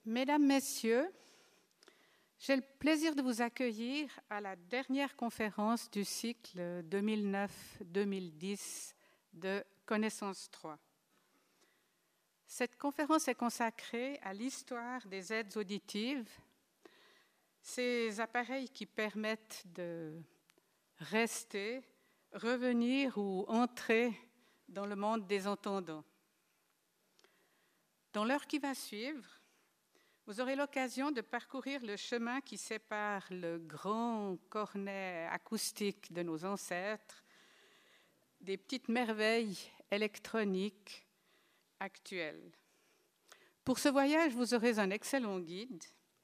Mesdames, Messieurs, j'ai le plaisir de vous accueillir à la dernière conférence du cycle 2009-2010 de Connaissance 3. Cette conférence est consacrée à l'histoire des aides auditives, ces appareils qui permettent de rester, revenir ou entrer dans le monde des entendants. Dans l'heure qui va suivre, vous aurez l'occasion de parcourir le chemin qui sépare le grand cornet acoustique de nos ancêtres des petites merveilles électroniques actuelles. Pour ce voyage, vous aurez un excellent guide,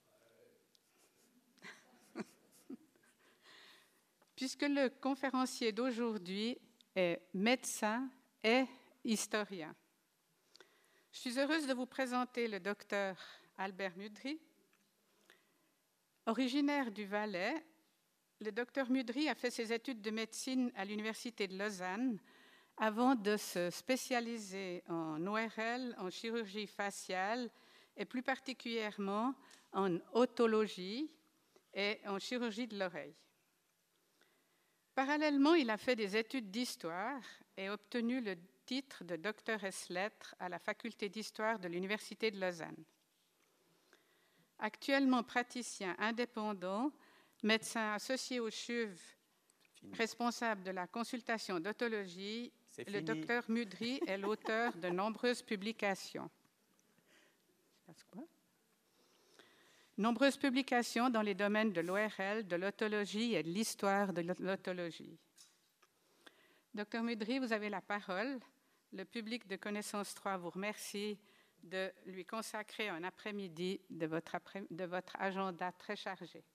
puisque le conférencier d'aujourd'hui est médecin et historien. Je suis heureuse de vous présenter le docteur Albert Mudry. Originaire du Valais, le docteur Mudry a fait ses études de médecine à l'Université de Lausanne avant de se spécialiser en ORL, en chirurgie faciale et plus particulièrement en otologie et en chirurgie de l'oreille. Parallèlement, il a fait des études d'histoire et obtenu le titre de docteur ès lettres à la faculté d'histoire de l'Université de Lausanne. Actuellement praticien indépendant, médecin associé au CHUV, responsable de la consultation d'otologie, le docteur Mudry est l'auteur de nombreuses publications. Nombreuses publications dans les domaines de l'ORL, de l'otologie et de l'histoire de l'otologie. Docteur Mudry, vous avez la parole. Le public de Connaissance 3 vous remercie de lui consacrer un après-midi de votre agenda très chargé.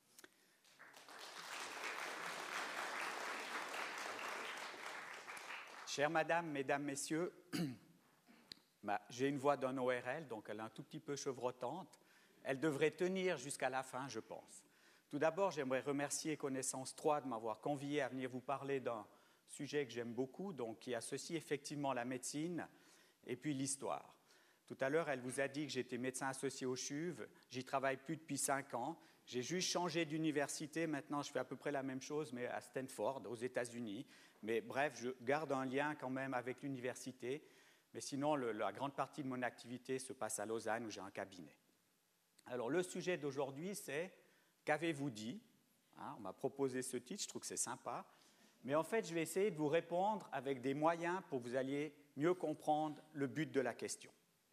Chères Madame, Mesdames, Messieurs, j'ai une voix d'un ORL, donc elle est un tout petit peu chevrotante. Elle devrait tenir jusqu'à la fin, je pense. Tout d'abord, j'aimerais remercier Connaissance 3 de m'avoir convié à venir vous parler d'un sujet que j'aime beaucoup, donc qui associe effectivement la médecine et puis l'histoire. Tout à l'heure, elle vous a dit que j'étais médecin associé au CHUV. J'y travaille plus depuis 5 ans. J'ai juste changé d'université. Maintenant, je fais à peu près la même chose, mais à Stanford, aux États-Unis. Mais bref, je garde un lien quand même avec l'université. Mais sinon, la grande partie de mon activité se passe à Lausanne, où j'ai un cabinet. Alors, le sujet d'aujourd'hui, c'est « Qu'avez-vous dit ?» On m'a proposé ce titre, je trouve que c'est sympa. Mais en fait, je vais essayer de vous répondre avec des moyens pour que vous alliez mieux comprendre le but de la question.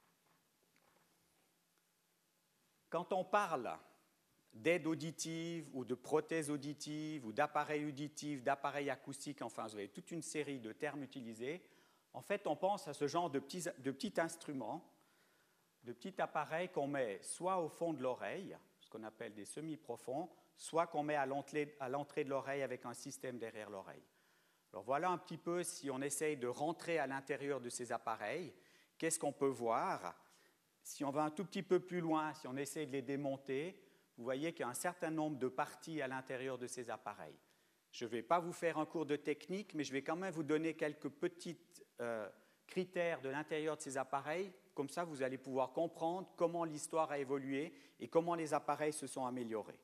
Quand on parle d'aide auditive ou de prothèse auditive ou d'appareil auditif, d'appareil acoustique, enfin, vous avez toute une série de termes utilisés. En fait, on pense à ce genre de petits instruments, de petits appareils qu'on met soit au fond de l'oreille, ce qu'on appelle des semi-profonds, soit qu'on met à l'entrée de l'oreille avec un système derrière l'oreille. Alors voilà un petit peu, si on essaye de rentrer à l'intérieur de ces appareils, qu'est-ce qu'on peut voir? Si on va un tout petit peu plus loin, si on essaie de les démonter, vous voyez qu'il y a un certain nombre de parties à l'intérieur de ces appareils. Je ne vais pas vous faire un cours de technique, mais je vais quand même vous donner quelques petits critères de l'intérieur de ces appareils. Comme ça, vous allez pouvoir comprendre comment l'histoire a évolué et comment les appareils se sont améliorés.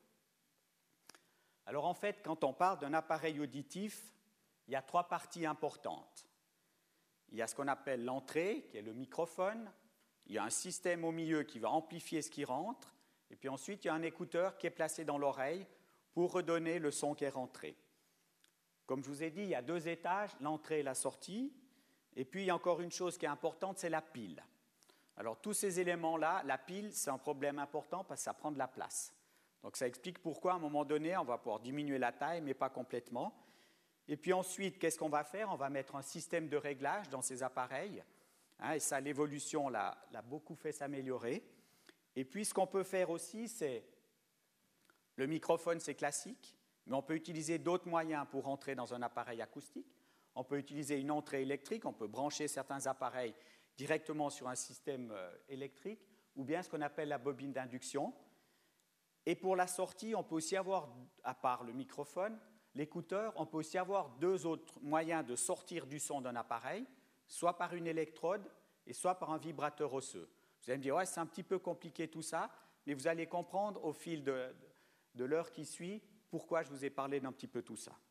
Alors en fait, quand on parle d'un appareil auditif, il y a 3 parties importantes. Il y a ce qu'on appelle l'entrée, qui est le microphone. Il y a un système au milieu qui va amplifier ce qui rentre. Et puis ensuite, il y a un écouteur qui est placé dans l'oreille pour redonner le son qui est rentré. Comme je vous ai dit, il y a 2 étages, l'entrée et la sortie. Et puis, il y a encore une chose qui est importante, c'est la pile. Alors, tous ces éléments-là, la pile, c'est un problème important parce que ça prend de la place. Donc, ça explique pourquoi, à un moment donné, on va pouvoir diminuer la taille, mais pas complètement. Et puis ensuite, qu'est-ce qu'on va faire? On va mettre un système de réglage dans ces appareils. Et ça, l'évolution l'a beaucoup fait s'améliorer. Et puis, ce qu'on peut faire aussi, c'est... Le microphone, c'est classique, mais on peut utiliser d'autres moyens pour rentrer dans un appareil acoustique. On peut utiliser une entrée électrique, on peut brancher certains appareils directement sur un système électrique, ou bien ce qu'on appelle la bobine d'induction. Et pour la sortie, on peut aussi avoir, à part le microphone, l'écouteur, on peut aussi avoir 2 autres moyens de sortir du son d'un appareil, soit par une électrode et soit par un vibrateur osseux. Vous allez me dire, ouais, c'est un petit peu compliqué tout ça, mais vous allez comprendre au fil de l'heure qui suit pourquoi je vous ai parlé d'un petit peu tout ça.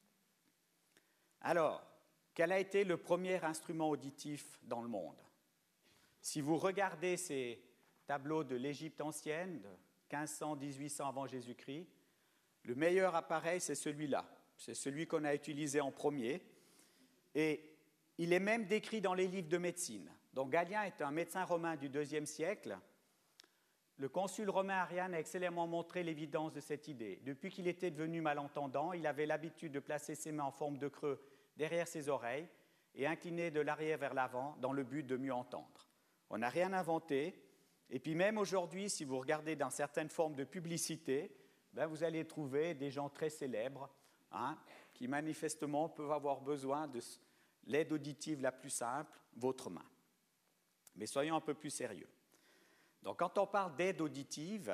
Alors, quel a été le premier instrument auditif dans le monde? Si vous regardez ces tableaux de l'Égypte ancienne, de 1500-1800 avant Jésus-Christ, le meilleur appareil, c'est celui-là. C'est celui qu'on a utilisé en premier. Et il est même décrit dans les livres de médecine. Donc Galien est un médecin romain du IIe siècle. Le consul romain Arriane a excellemment montré l'évidence de cette idée. Depuis qu'il était devenu malentendant, il avait l'habitude de placer ses mains en forme de creux derrière ses oreilles et incliner de l'arrière vers l'avant dans le but de mieux entendre. On n'a rien inventé. Et puis même aujourd'hui, si vous regardez dans certaines formes de publicité, vous allez trouver des gens très célèbres qui manifestement peuvent avoir besoin de l'aide auditive la plus simple, votre main. Mais soyons un peu plus sérieux. Donc quand on parle d'aide auditive,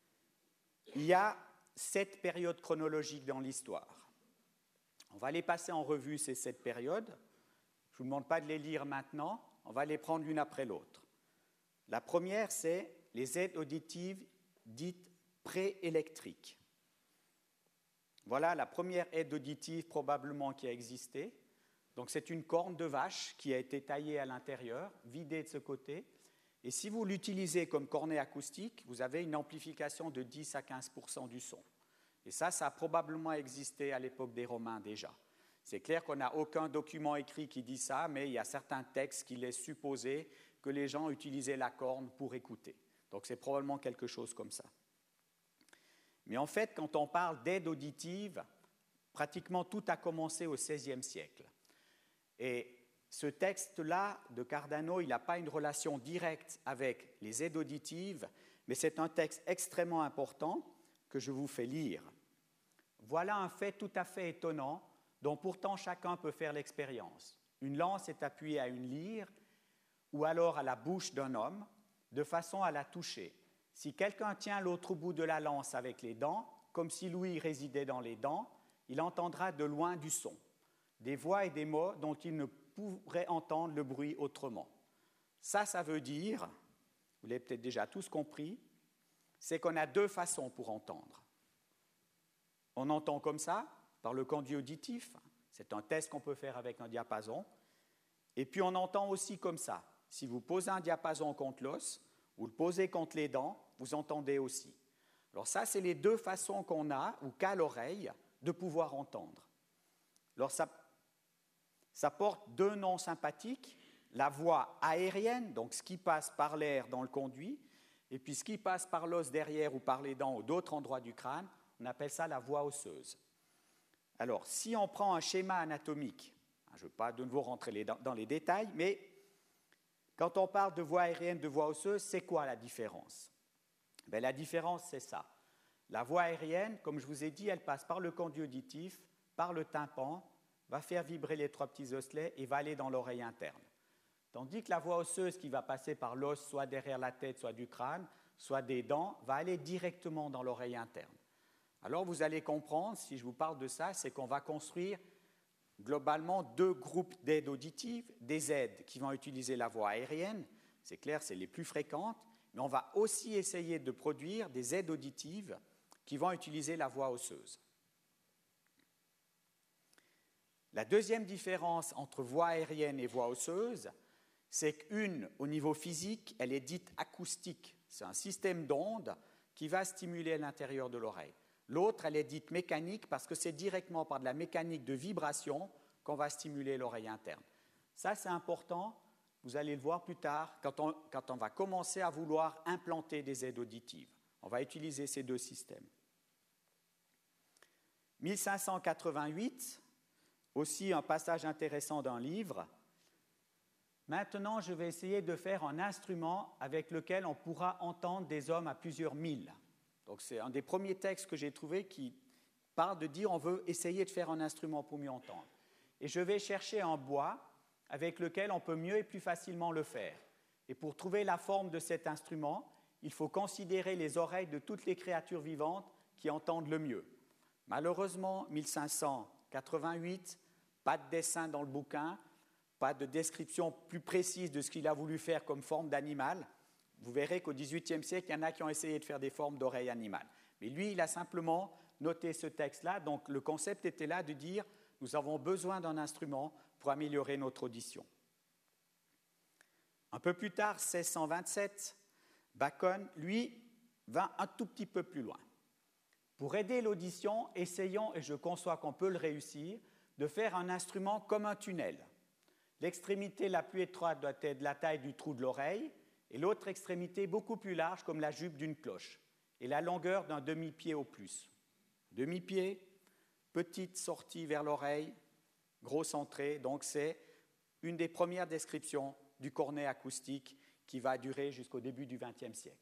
il y a 7 périodes chronologiques dans l'histoire. On va les passer en revue, ces 7 périodes. Je ne vous demande pas de les lire maintenant, on va les prendre l'une après l'autre. La première, c'est les aides auditives dites préélectriques. Voilà la première aide auditive probablement qui a existé. Donc c'est une corne de vache qui a été taillée à l'intérieur, vidée de ce côté. Et si vous l'utilisez comme cornet acoustique, vous avez une amplification de 10 à 15% du son. Et ça a probablement existé à l'époque des Romains déjà. C'est clair qu'on n'a aucun document écrit qui dit ça, mais il y a certains textes qui laissent supposer que les gens utilisaient la corne pour écouter. Donc c'est probablement quelque chose comme ça. Mais en fait, quand on parle d'aide auditive, pratiquement tout a commencé au XVIe siècle. Et ce texte-là de Cardano, il n'a pas une relation directe avec les aides auditives, mais c'est un texte extrêmement important que je vous fais lire. Voilà un fait tout à fait étonnant, dont pourtant chacun peut faire l'expérience. Une lance est appuyée à une lyre, ou alors à la bouche d'un homme, de façon à la toucher. Si quelqu'un tient l'autre bout de la lance avec les dents, comme si l'ouïe résidait dans les dents, il entendra de loin du son, des voix et des mots dont il ne pourrait entendre le bruit autrement. Ça veut dire, vous l'avez peut-être déjà tous compris, c'est qu'on a 2 façons pour entendre. On entend comme ça, par le conduit auditif, c'est un test qu'on peut faire avec un diapason, et puis on entend aussi comme ça. Si vous posez un diapason contre l'os, vous le posez contre les dents, vous entendez aussi. Alors ça, c'est les 2 façons qu'on a, ou qu'a l'oreille, de pouvoir entendre. Alors ça porte 2 noms sympathiques, la voix aérienne, donc ce qui passe par l'air dans le conduit, et puis ce qui passe par l'os derrière ou par les dents ou d'autres endroits du crâne, on appelle ça la voix osseuse. Alors, si on prend un schéma anatomique, je ne veux pas de nouveau rentrer dans les détails, mais quand on parle de voix aérienne, de voix osseuse, c'est quoi la différence? La différence, c'est ça. La voix aérienne, comme je vous ai dit, elle passe par le conduit auditif, par le tympan, va faire vibrer les 3 petits osselets et va aller dans l'oreille interne. Tandis que la voix osseuse qui va passer par l'os, soit derrière la tête, soit du crâne, soit des dents, va aller directement dans l'oreille interne. Alors vous allez comprendre, si je vous parle de ça, c'est qu'on va construire globalement 2 groupes d'aides auditives, des aides qui vont utiliser la voix aérienne, c'est clair, c'est les plus fréquentes, mais on va aussi essayer de produire des aides auditives qui vont utiliser la voix osseuse. La deuxième différence entre voix aérienne et voix osseuse, c'est qu'une, au niveau physique, elle est dite acoustique. C'est un système d'ondes qui va stimuler l'intérieur de l'oreille. L'autre, elle est dite mécanique parce que c'est directement par de la mécanique de vibration qu'on va stimuler l'oreille interne. Ça, c'est important. Vous allez le voir plus tard quand on va commencer à vouloir implanter des aides auditives. On va utiliser ces 2 systèmes. 1588, aussi un passage intéressant d'un livre. Maintenant, je vais essayer de faire un instrument avec lequel on pourra entendre des hommes à plusieurs milles. Donc, c'est un des premiers textes que j'ai trouvé qui parle de dire on veut essayer de faire un instrument pour mieux entendre. Et je vais chercher un bois avec lequel on peut mieux et plus facilement le faire. Et pour trouver la forme de cet instrument, il faut considérer les oreilles de toutes les créatures vivantes qui entendent le mieux. Malheureusement, 1588, pas de dessin dans le bouquin, pas de description plus précise de ce qu'il a voulu faire comme forme d'animal. Vous verrez qu'au XVIIIe siècle, il y en a qui ont essayé de faire des formes d'oreilles animales. Mais lui, il a simplement noté ce texte-là. Donc le concept était là de dire nous avons besoin d'un instrument pour améliorer notre audition. Un peu plus tard, 1627, Bacon, lui, va un tout petit peu plus loin. Pour aider l'audition, essayons, et je conçois qu'on peut le réussir, de faire un instrument comme un tunnel. L'extrémité la plus étroite doit être de la taille du trou de l'oreille, et l'autre extrémité beaucoup plus large comme la jupe d'une cloche, et la longueur d'un demi-pied au plus. Demi-pied, petite sortie vers l'oreille, grosse entrée, donc c'est une des premières descriptions du cornet acoustique qui va durer jusqu'au début du XXe siècle.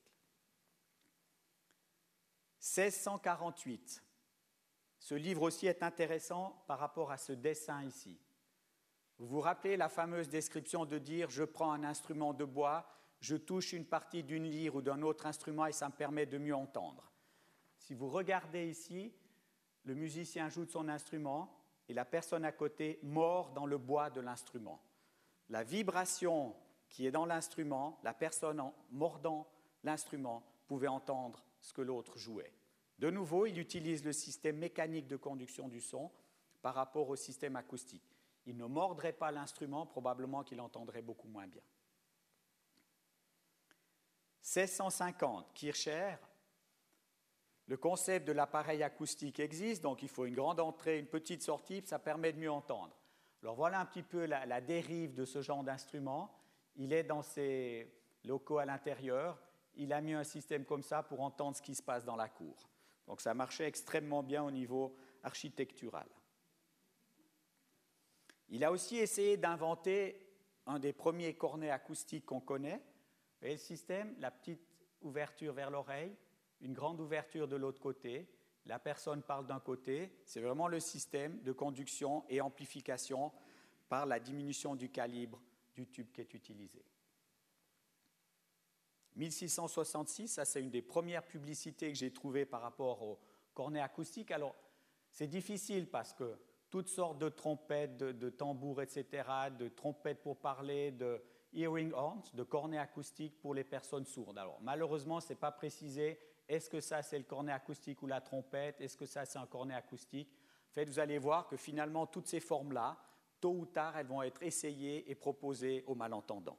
1648. Ce livre aussi est intéressant par rapport à ce dessin ici. Vous vous rappelez la fameuse description de dire « je prends un instrument de bois, je touche une partie d'une lyre ou d'un autre instrument et ça me permet de mieux entendre ». Si vous regardez ici, le musicien joue de son instrument et la personne à côté mord dans le bois de l'instrument. La vibration qui est dans l'instrument, la personne en mordant l'instrument pouvait entendre ce que l'autre jouait. De nouveau, il utilise le système mécanique de conduction du son par rapport au système acoustique. Il ne mordrait pas l'instrument, probablement qu'il entendrait beaucoup moins bien. 1650, Kircher, le concept de l'appareil acoustique existe, donc il faut une grande entrée, une petite sortie, ça permet de mieux entendre. Alors voilà un petit peu la dérive de ce genre d'instrument. Il est dans ses locaux à l'intérieur, il a mis un système comme ça pour entendre ce qui se passe dans la cour. Donc ça marchait extrêmement bien au niveau architectural. Il a aussi essayé d'inventer un des premiers cornets acoustiques qu'on connaît. Vous voyez le système, la petite ouverture vers l'oreille, une grande ouverture de l'autre côté, la personne parle d'un côté, c'est vraiment le système de conduction et amplification par la diminution du calibre du tube qui est utilisé. 1666, ça c'est une des premières publicités que j'ai trouvées par rapport au cornet acoustique. Alors, c'est difficile parce que toutes sortes de trompettes, de tambours, etc., de trompettes pour parler, de hearing horns, de cornets acoustiques pour les personnes sourdes. Alors, malheureusement, ce n'est pas précisé. Est-ce que ça, c'est le cornet acoustique ou la trompette? Est-ce que ça, c'est un cornet acoustique? En fait, vous allez voir que finalement, toutes ces formes-là, tôt ou tard, elles vont être essayées et proposées aux malentendants.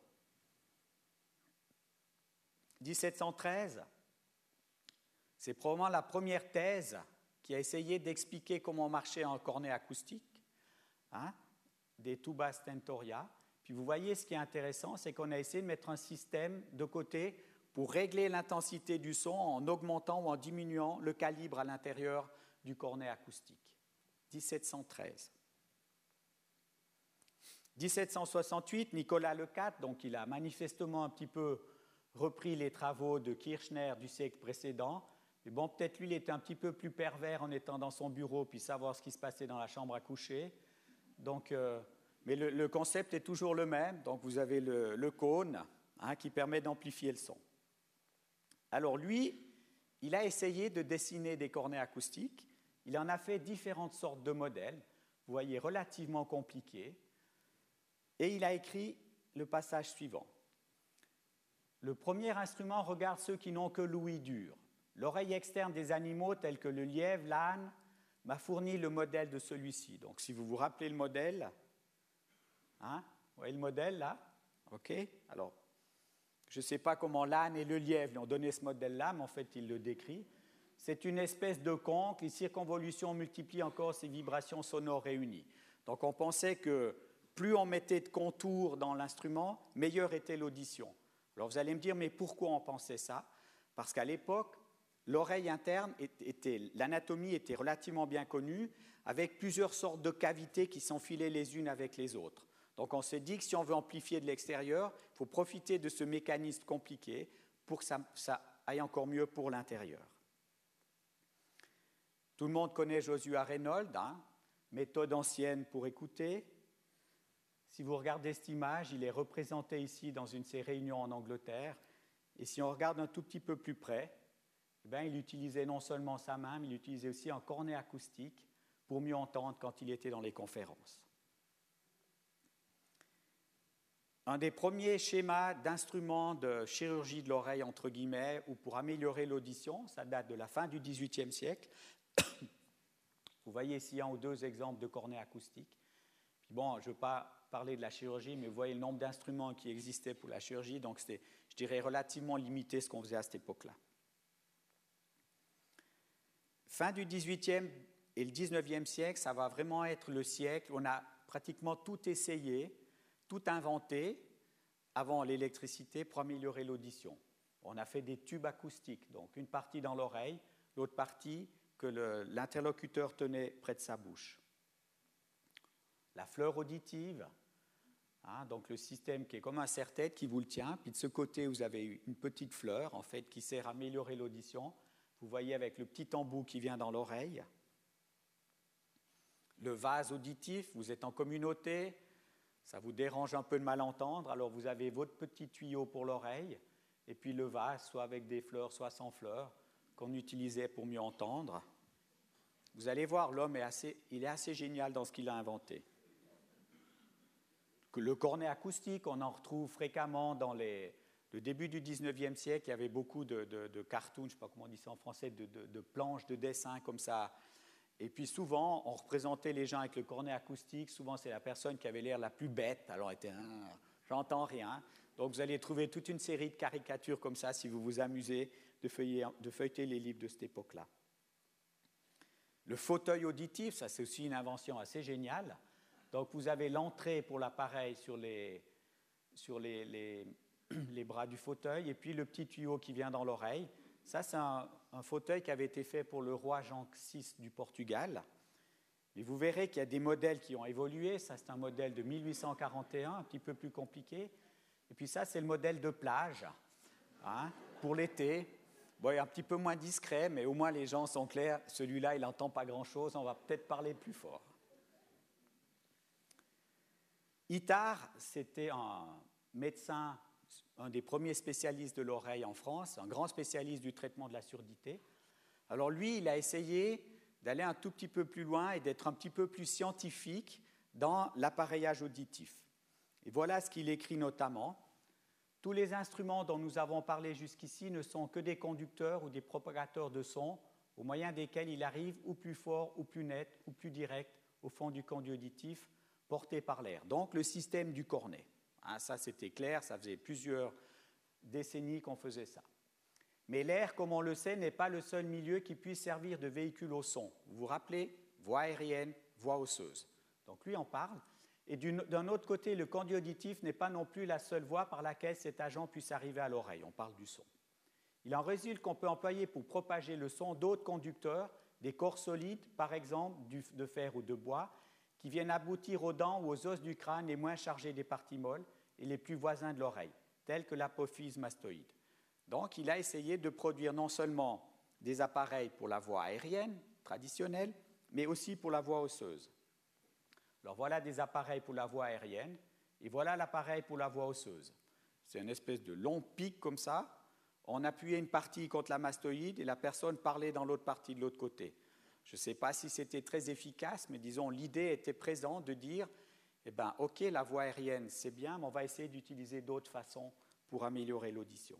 1713, c'est probablement la première thèse qui a essayé d'expliquer comment marchait un cornet acoustique, des tubas stentoria. Puis vous voyez, ce qui est intéressant, c'est qu'on a essayé de mettre un système de côté pour régler l'intensité du son en augmentant ou en diminuant le calibre à l'intérieur du cornet acoustique. 1713. 1768, Nicolas Lecatre, donc il a manifestement un petit peu repris les travaux de Kirchner du siècle précédent. Mais bon, peut-être lui, il était un petit peu plus pervers en étant dans son bureau puis savoir ce qui se passait dans la chambre à coucher. Donc, mais le concept est toujours le même. Donc, vous avez le cône qui permet d'amplifier le son. Alors, lui, il a essayé de dessiner des cornets acoustiques. Il en a fait différentes sortes de modèles. Vous voyez, relativement compliqués. Et il a écrit le passage suivant. Le premier instrument regarde ceux qui n'ont que l'ouïe dure. L'oreille externe des animaux tels que le lièvre, l'âne, m'a fourni le modèle de celui-ci. Donc, si vous vous rappelez le modèle, vous voyez le modèle là? OK. Alors, je ne sais pas comment l'âne et le lièvre lui ont donné ce modèle-là, mais en fait, il le décrit. C'est une espèce de conque. Les circonvolutions multiplient encore ces vibrations sonores réunies. Donc, on pensait que plus on mettait de contours dans l'instrument, meilleure était l'audition. Alors, vous allez me dire, mais pourquoi on pensait ça? Parce qu'à l'époque, l'oreille interne, l'anatomie était relativement bien connue, avec plusieurs sortes de cavités qui s'enfilaient les unes avec les autres. Donc on s'est dit que si on veut amplifier de l'extérieur, il faut profiter de ce mécanisme compliqué pour que ça aille encore mieux pour l'intérieur. Tout le monde connaît Joshua Reynolds, méthode ancienne pour écouter. Si vous regardez cette image, il est représenté ici dans une de ses réunions en Angleterre. Et si on regarde un tout petit peu plus près, il utilisait non seulement sa main, mais il utilisait aussi un cornet acoustique pour mieux entendre quand il était dans les conférences. Un des premiers schémas d'instruments de chirurgie de l'oreille, entre guillemets, ou pour améliorer l'audition, ça date de la fin du XVIIIe siècle. Vous voyez ici un ou deux exemples de cornets acoustiques. Puis bon, je ne veux pas parler de la chirurgie, mais vous voyez le nombre d'instruments qui existaient pour la chirurgie, donc c'était, je dirais, relativement limité ce qu'on faisait à cette époque-là. Fin du XVIIIe et le XIXe siècle, ça va vraiment être le siècle où on a pratiquement tout essayé, tout inventé avant l'électricité pour améliorer l'audition. On a fait des tubes acoustiques, donc une partie dans l'oreille, l'autre partie que l'interlocuteur tenait près de sa bouche. La fleur auditive, donc le système qui est comme un serre-tête qui vous le tient, puis de ce côté vous avez une petite fleur en fait qui sert à améliorer l'audition. Vous voyez avec le petit embout qui vient dans l'oreille. Le vase auditif, vous êtes en communauté, ça vous dérange un peu de mal entendre, alors vous avez votre petit tuyau pour l'oreille, et puis le vase, soit avec des fleurs, soit sans fleurs, qu'on utilisait pour mieux entendre. Vous allez voir, l'homme il est assez génial dans ce qu'il a inventé. Le cornet acoustique, on en retrouve fréquemment dans le début du XIXe siècle. Il y avait beaucoup de cartoons, je ne sais pas comment on dit ça en français, de planches de dessin comme ça. Et puis souvent, on représentait les gens avec le cornet acoustique. Souvent, c'est la personne qui avait l'air la plus bête. Alors, elle était « j'entends rien ». Donc, vous allez trouver toute une série de caricatures comme ça si vous vous amusez de feuilleter les livres de cette époque-là. Le fauteuil auditif, ça c'est aussi une invention assez géniale. Donc, vous avez l'entrée pour l'appareil sur les bras du fauteuil et puis le petit tuyau qui vient dans l'oreille. Ça, c'est un fauteuil qui avait été fait pour le roi Jean VI du Portugal. Et vous verrez qu'il y a des modèles qui ont évolué. Ça, c'est un modèle de 1841, un petit peu plus compliqué. Et puis ça, c'est le modèle de plage, pour l'été. Bon, il est un petit peu moins discret, mais au moins les gens sont clairs. Celui-là, il n'entend pas grand-chose. On va peut-être parler plus fort. Itard, c'était un médecin, un des premiers spécialistes de l'oreille en France, un grand spécialiste du traitement de la surdité. Alors lui, il a essayé d'aller un tout petit peu plus loin et d'être un petit peu plus scientifique dans l'appareillage auditif. Et voilà ce qu'il écrit notamment. « Tous les instruments dont nous avons parlé jusqu'ici ne sont que des conducteurs ou des propagateurs de son, au moyen desquels il arrive ou plus fort, ou plus net, ou plus direct au fond du conduit auditif, porté par l'air. » Donc le système du cornet. Ça c'était clair, ça faisait plusieurs décennies qu'on faisait ça. Mais l'air, comme on le sait, n'est pas le seul milieu qui puisse servir de véhicule au son. Vous vous rappelez, voie aérienne, voie osseuse. Donc lui en parle. Et d'un autre côté, le conduit auditif n'est pas non plus la seule voie par laquelle cet agent puisse arriver à l'oreille. On parle du son. Il en résulte qu'on peut employer pour propager le son d'autres conducteurs, des corps solides, par exemple de fer ou de bois, qui viennent aboutir aux dents ou aux os du crâne les moins chargés des parties molles et les plus voisins de l'oreille, tels que l'apophyse mastoïde. Donc, il a essayé de produire non seulement des appareils pour la voie aérienne traditionnelle, mais aussi pour la voie osseuse. Alors, voilà des appareils pour la voie aérienne, et voilà l'appareil pour la voie osseuse. C'est une espèce de long pic comme ça. On appuyait une partie contre la mastoïde et la personne parlait dans l'autre partie de l'autre côté. Je ne sais pas si c'était très efficace, mais disons, l'idée était présente de dire, OK, la voie aérienne, c'est bien, mais on va essayer d'utiliser d'autres façons pour améliorer l'audition.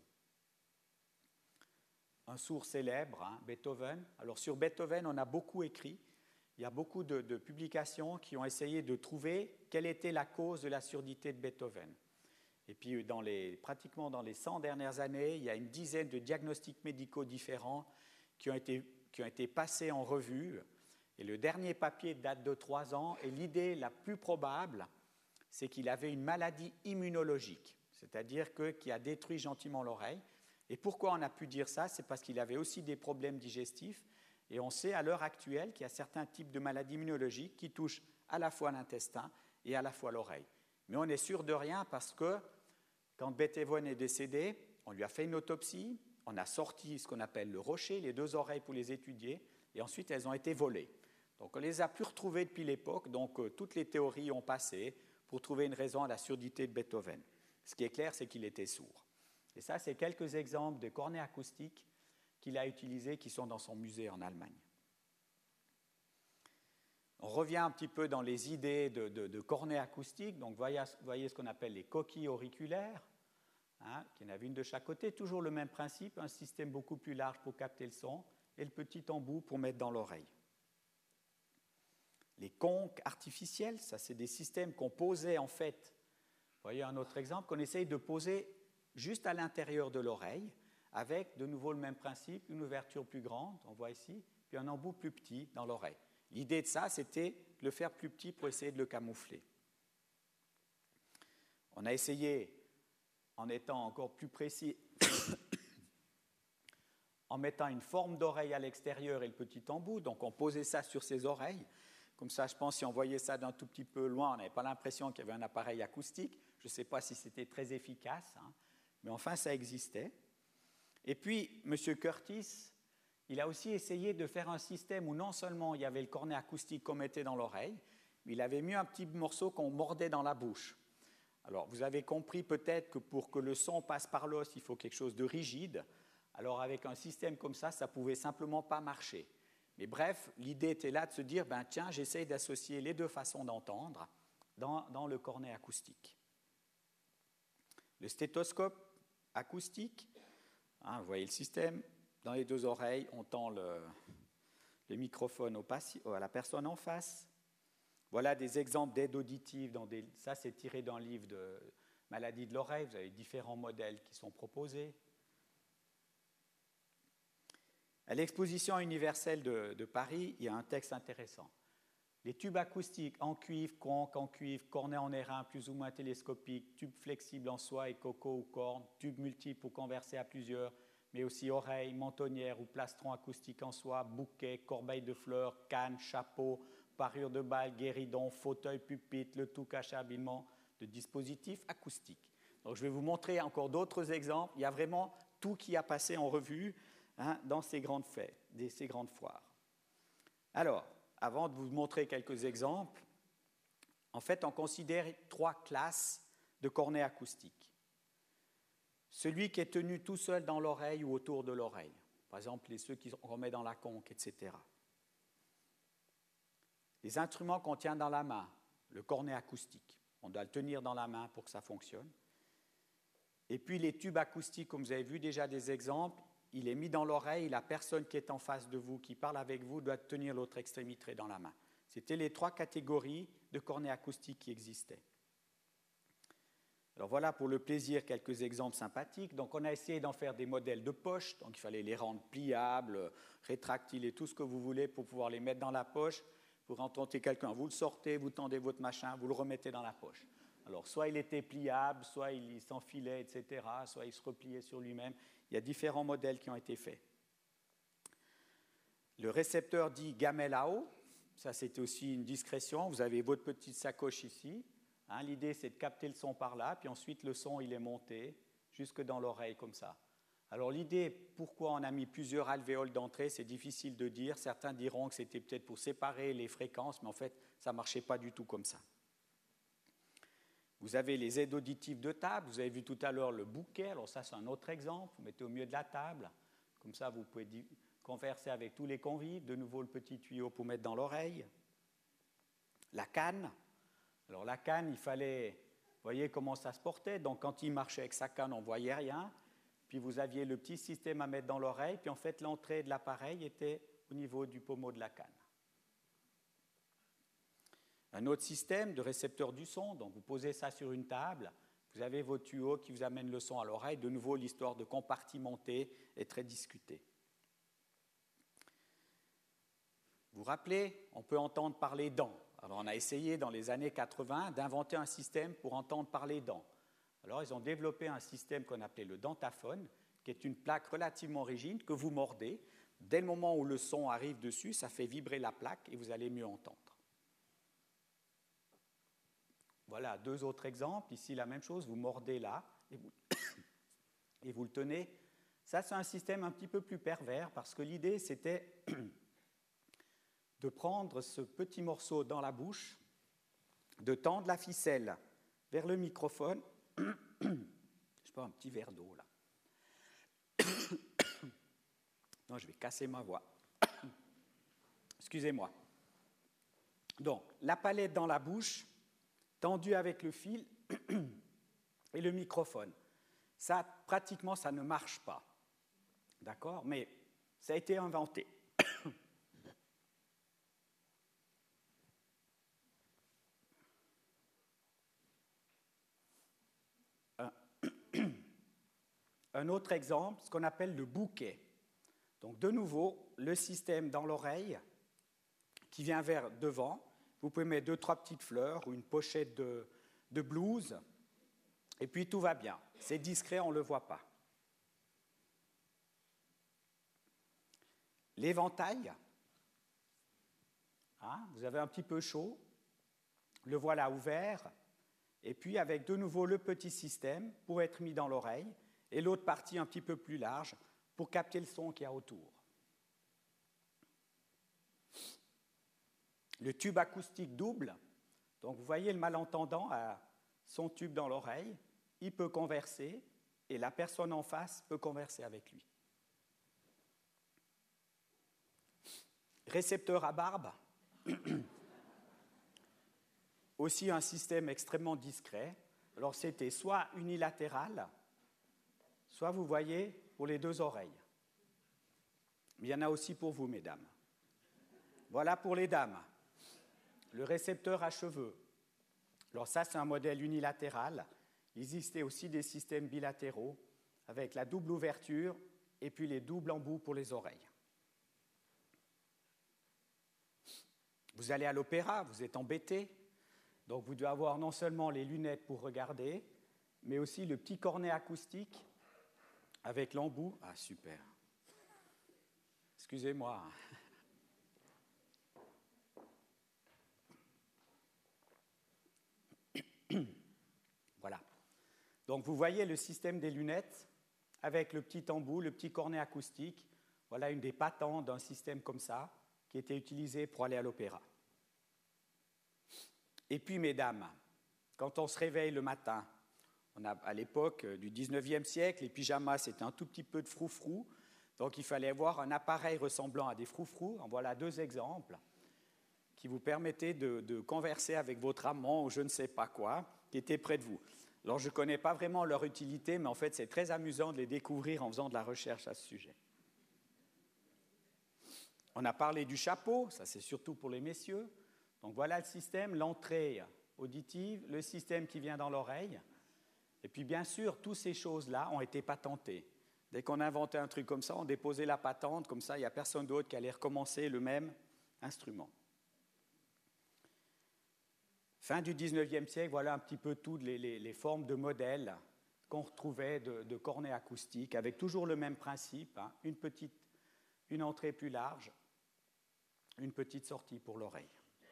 Un sourd célèbre, Beethoven. Alors, sur Beethoven, on a beaucoup écrit. Il y a beaucoup de publications qui ont essayé de trouver quelle était la cause de la surdité de Beethoven. Et puis, pratiquement dans les 100 dernières années, il y a une dizaine de diagnostics médicaux différents qui ont été passés en revue. Et le dernier papier date de 3 ans. Et l'idée la plus probable, c'est qu'il avait une maladie immunologique, c'est-à-dire qui a détruit gentiment l'oreille. Et pourquoi on a pu dire ça? C'est parce qu'il avait aussi des problèmes digestifs. Et on sait à l'heure actuelle qu'il y a certains types de maladies immunologiques qui touchent à la fois l'intestin et à la fois l'oreille. Mais on est sûr de rien parce que quand Beethoven est décédé, on lui a fait une autopsie, on a sorti ce qu'on appelle le rocher, les 2 oreilles pour les étudier, et ensuite elles ont été volées. Donc on les a pu retrouver depuis l'époque, donc toutes les théories ont passé pour trouver une raison à la surdité de Beethoven. Ce qui est clair, c'est qu'il était sourd. Et ça, c'est quelques exemples de cornets acoustiques qu'il a utilisés, qui sont dans son musée en Allemagne. On revient un petit peu dans les idées de cornée acoustique. Donc, voyez ce qu'on appelle les coquilles auriculaires, hein, qu'il y en avait une de chaque côté. Toujours le même principe, un système beaucoup plus large pour capter le son et le petit embout pour mettre dans l'oreille. Les conques artificielles, ça c'est des systèmes qu'on posait en fait. Vous voyez un autre exemple qu'on essaye de poser juste à l'intérieur de l'oreille avec de nouveau le même principe, une ouverture plus grande, on voit ici, puis un embout plus petit dans l'oreille. L'idée de ça, c'était de le faire plus petit pour essayer de le camoufler. On a essayé, en étant encore plus précis, en mettant une forme d'oreille à l'extérieur et le petit embout, donc on posait ça sur ses oreilles. Comme ça, je pense, si on voyait ça d'un tout petit peu loin, on n'avait pas l'impression qu'il y avait un appareil acoustique. Je ne sais pas si c'était très efficace, hein, mais enfin, ça existait. Et puis, M. Curtis, il a aussi essayé de faire un système où non seulement il y avait le cornet acoustique qu'on mettait dans l'oreille, mais il avait mis un petit morceau qu'on mordait dans la bouche. Alors, vous avez compris peut-être que pour que le son passe par l'os, il faut quelque chose de rigide. Alors, avec un système comme ça ne pouvait simplement pas marcher. Mais bref, l'idée était là de se dire, tiens, j'essaye d'associer les deux façons d'entendre dans le cornet acoustique. Le stéthoscope acoustique, hein, vous voyez le système, dans les deux oreilles, on tend le microphone à la personne en face. Voilà des exemples d'aide auditive. Ça, c'est tiré d'un livre de maladie de l'oreille. Vous avez différents modèles qui sont proposés. À l'exposition universelle de Paris, il y a un texte intéressant. Les tubes acoustiques en cuivre, conques en cuivre, cornet en airain plus ou moins télescopique, tubes flexibles en soie et coco ou corne, tubes multiples pour converser à plusieurs, mais aussi oreilles, mentonnières ou plastrons acoustiques en soie, bouquets, corbeilles de fleurs, cannes, chapeaux, parures de balles, guéridons, fauteuils, pupitres, le tout caché habilement de dispositifs acoustiques. Donc, je vais vous montrer encore d'autres exemples. Il y a vraiment tout qui a passé en revue, hein, dans ces grandes fêtes, ces grandes foires. Alors, avant de vous montrer quelques exemples, en fait, on considère 3 classes de cornets acoustiques. Celui qui est tenu tout seul dans l'oreille ou autour de l'oreille, par exemple ceux qu'on remet dans la conque, etc. Les instruments qu'on tient dans la main, le cornet acoustique, on doit le tenir dans la main pour que ça fonctionne. Et puis les tubes acoustiques, comme vous avez vu déjà des exemples, il est mis dans l'oreille, la personne qui est en face de vous, qui parle avec vous, doit tenir l'autre extrémité dans la main. C'était les 3 catégories de cornets acoustiques qui existaient. Alors voilà pour le plaisir quelques exemples sympathiques. Donc on a essayé d'en faire des modèles de poche, donc il fallait les rendre pliables, rétractiles et tout ce que vous voulez pour pouvoir les mettre dans la poche. Pour entendre quelqu'un, vous le sortez, vous tendez votre machin, vous le remettez dans la poche. Alors soit il était pliable, soit il s'enfilait, etc., soit il se repliait sur lui-même. Il y a différents modèles qui ont été faits. Le récepteur dit gamelle à eau, ça c'était aussi une discrétion. Vous avez votre petite sacoche ici. Hein, l'idée c'est de capter le son par là, puis ensuite le son il est monté jusque dans l'oreille comme ça. Alors l'idée, pourquoi on a mis plusieurs alvéoles d'entrée, c'est difficile de dire. Certains diront que c'était peut-être pour séparer les fréquences, mais en fait ça ne marchait pas du tout comme ça. Vous avez les aides auditives de table. Vous avez vu tout à l'heure le bouquet. Alors ça, c'est un autre exemple. Vous mettez au milieu de la table. Comme ça, vous pouvez converser avec tous les convives. De nouveau, le petit tuyau pour mettre dans l'oreille. La canne. Alors la canne, il fallait... Vous voyez comment ça se portait. Donc quand il marchait avec sa canne, on ne voyait rien. Puis vous aviez le petit système à mettre dans l'oreille. Puis en fait, l'entrée de l'appareil était au niveau du pommeau de la canne. Un autre système de récepteur du son, donc vous posez ça sur une table, vous avez vos tuyaux qui vous amènent le son à l'oreille. De nouveau, l'histoire de compartimenter est très discutée. Vous vous rappelez, on peut entendre par les dents. Alors on a essayé dans les années 80 d'inventer un système pour entendre par les dents. Alors ils ont développé un système qu'on appelait le dentaphone, qui est une plaque relativement rigide que vous mordez. Dès le moment où le son arrive dessus, ça fait vibrer la plaque et vous allez mieux entendre. Voilà 2 autres exemples. Ici, la même chose, vous mordez là et vous le tenez. Ça, c'est un système un petit peu plus pervers parce que l'idée, c'était de prendre ce petit morceau dans la bouche, de tendre la ficelle vers le microphone. Je sais pas, un petit verre d'eau là. Non, je vais casser ma voix. Excusez-moi. Donc, la palette dans la bouche, tendue avec le fil et le microphone. Ça, pratiquement, ça ne marche pas. D'accord? Mais ça a été inventé. Un autre exemple, ce qu'on appelle le bouquet. Donc, de nouveau, le système dans l'oreille qui vient vers devant. Vous pouvez mettre 2-3 petites fleurs ou une pochette de blouse, et puis tout va bien. C'est discret, on ne le voit pas. L'éventail, hein, vous avez un petit peu chaud, le voilà ouvert, et puis avec de nouveau le petit système pour être mis dans l'oreille, et l'autre partie un petit peu plus large pour capter le son qu'il y a autour. Le tube acoustique double, donc vous voyez le malentendant a son tube dans l'oreille, il peut converser et la personne en face peut converser avec lui. Récepteur à barbe, aussi un système extrêmement discret. Alors c'était soit unilatéral, soit vous voyez pour les deux oreilles. Mais il y en a aussi pour vous, mesdames. Voilà pour les dames. Le récepteur à cheveux. Alors ça, c'est un modèle unilatéral. Il existait aussi des systèmes bilatéraux avec la double ouverture et puis les doubles embouts pour les oreilles. Vous allez à l'opéra, vous êtes embêté, donc vous devez avoir non seulement les lunettes pour regarder, mais aussi le petit cornet acoustique avec l'embout. Ah, super. Excusez-moi. Voilà. Donc vous voyez le système des lunettes avec le petit embout, le petit cornet acoustique. Voilà une des patentes d'un système comme ça qui était utilisé pour aller à l'opéra. Et puis, mesdames, quand on se réveille le matin, on a, à l'époque du 19e siècle, les pyjamas, c'était un tout petit peu de froufrou. Donc, il fallait avoir un appareil ressemblant à des froufrous. En voilà 2 exemples qui vous permettaient de converser avec votre amant ou je ne sais pas quoi, qui était près de vous. Alors, je ne connais pas vraiment leur utilité, mais en fait, c'est très amusant de les découvrir en faisant de la recherche à ce sujet. On a parlé du chapeau, ça c'est surtout pour les messieurs. Donc voilà le système, l'entrée auditive, le système qui vient dans l'oreille. Et puis bien sûr, toutes ces choses-là ont été patentées. Dès qu'on inventait un truc comme ça, on déposait la patente, comme ça il n'y a personne d'autre qui allait recommencer le même instrument. Fin du 19e siècle, voilà un petit peu toutes les formes de modèles qu'on retrouvait de cornets acoustiques, avec toujours le même principe, hein, une entrée plus large, une petite sortie pour l'oreille.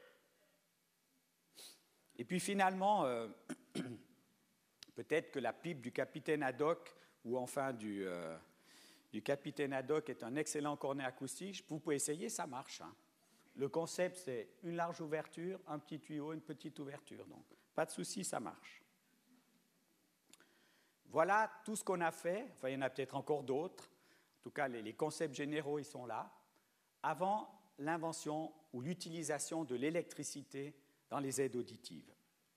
Et puis finalement, peut-être que la pipe du capitaine Haddock, ou enfin du capitaine Haddock est un excellent cornet acoustique, vous pouvez essayer, ça marche. Hein. Le concept, c'est une large ouverture, un petit tuyau, une petite ouverture. Donc, pas de souci, ça marche. Voilà tout ce qu'on a fait. Enfin, il y en a peut-être encore d'autres. En tout cas, les concepts généraux, ils sont là. Avant l'invention ou l'utilisation de l'électricité dans les aides auditives.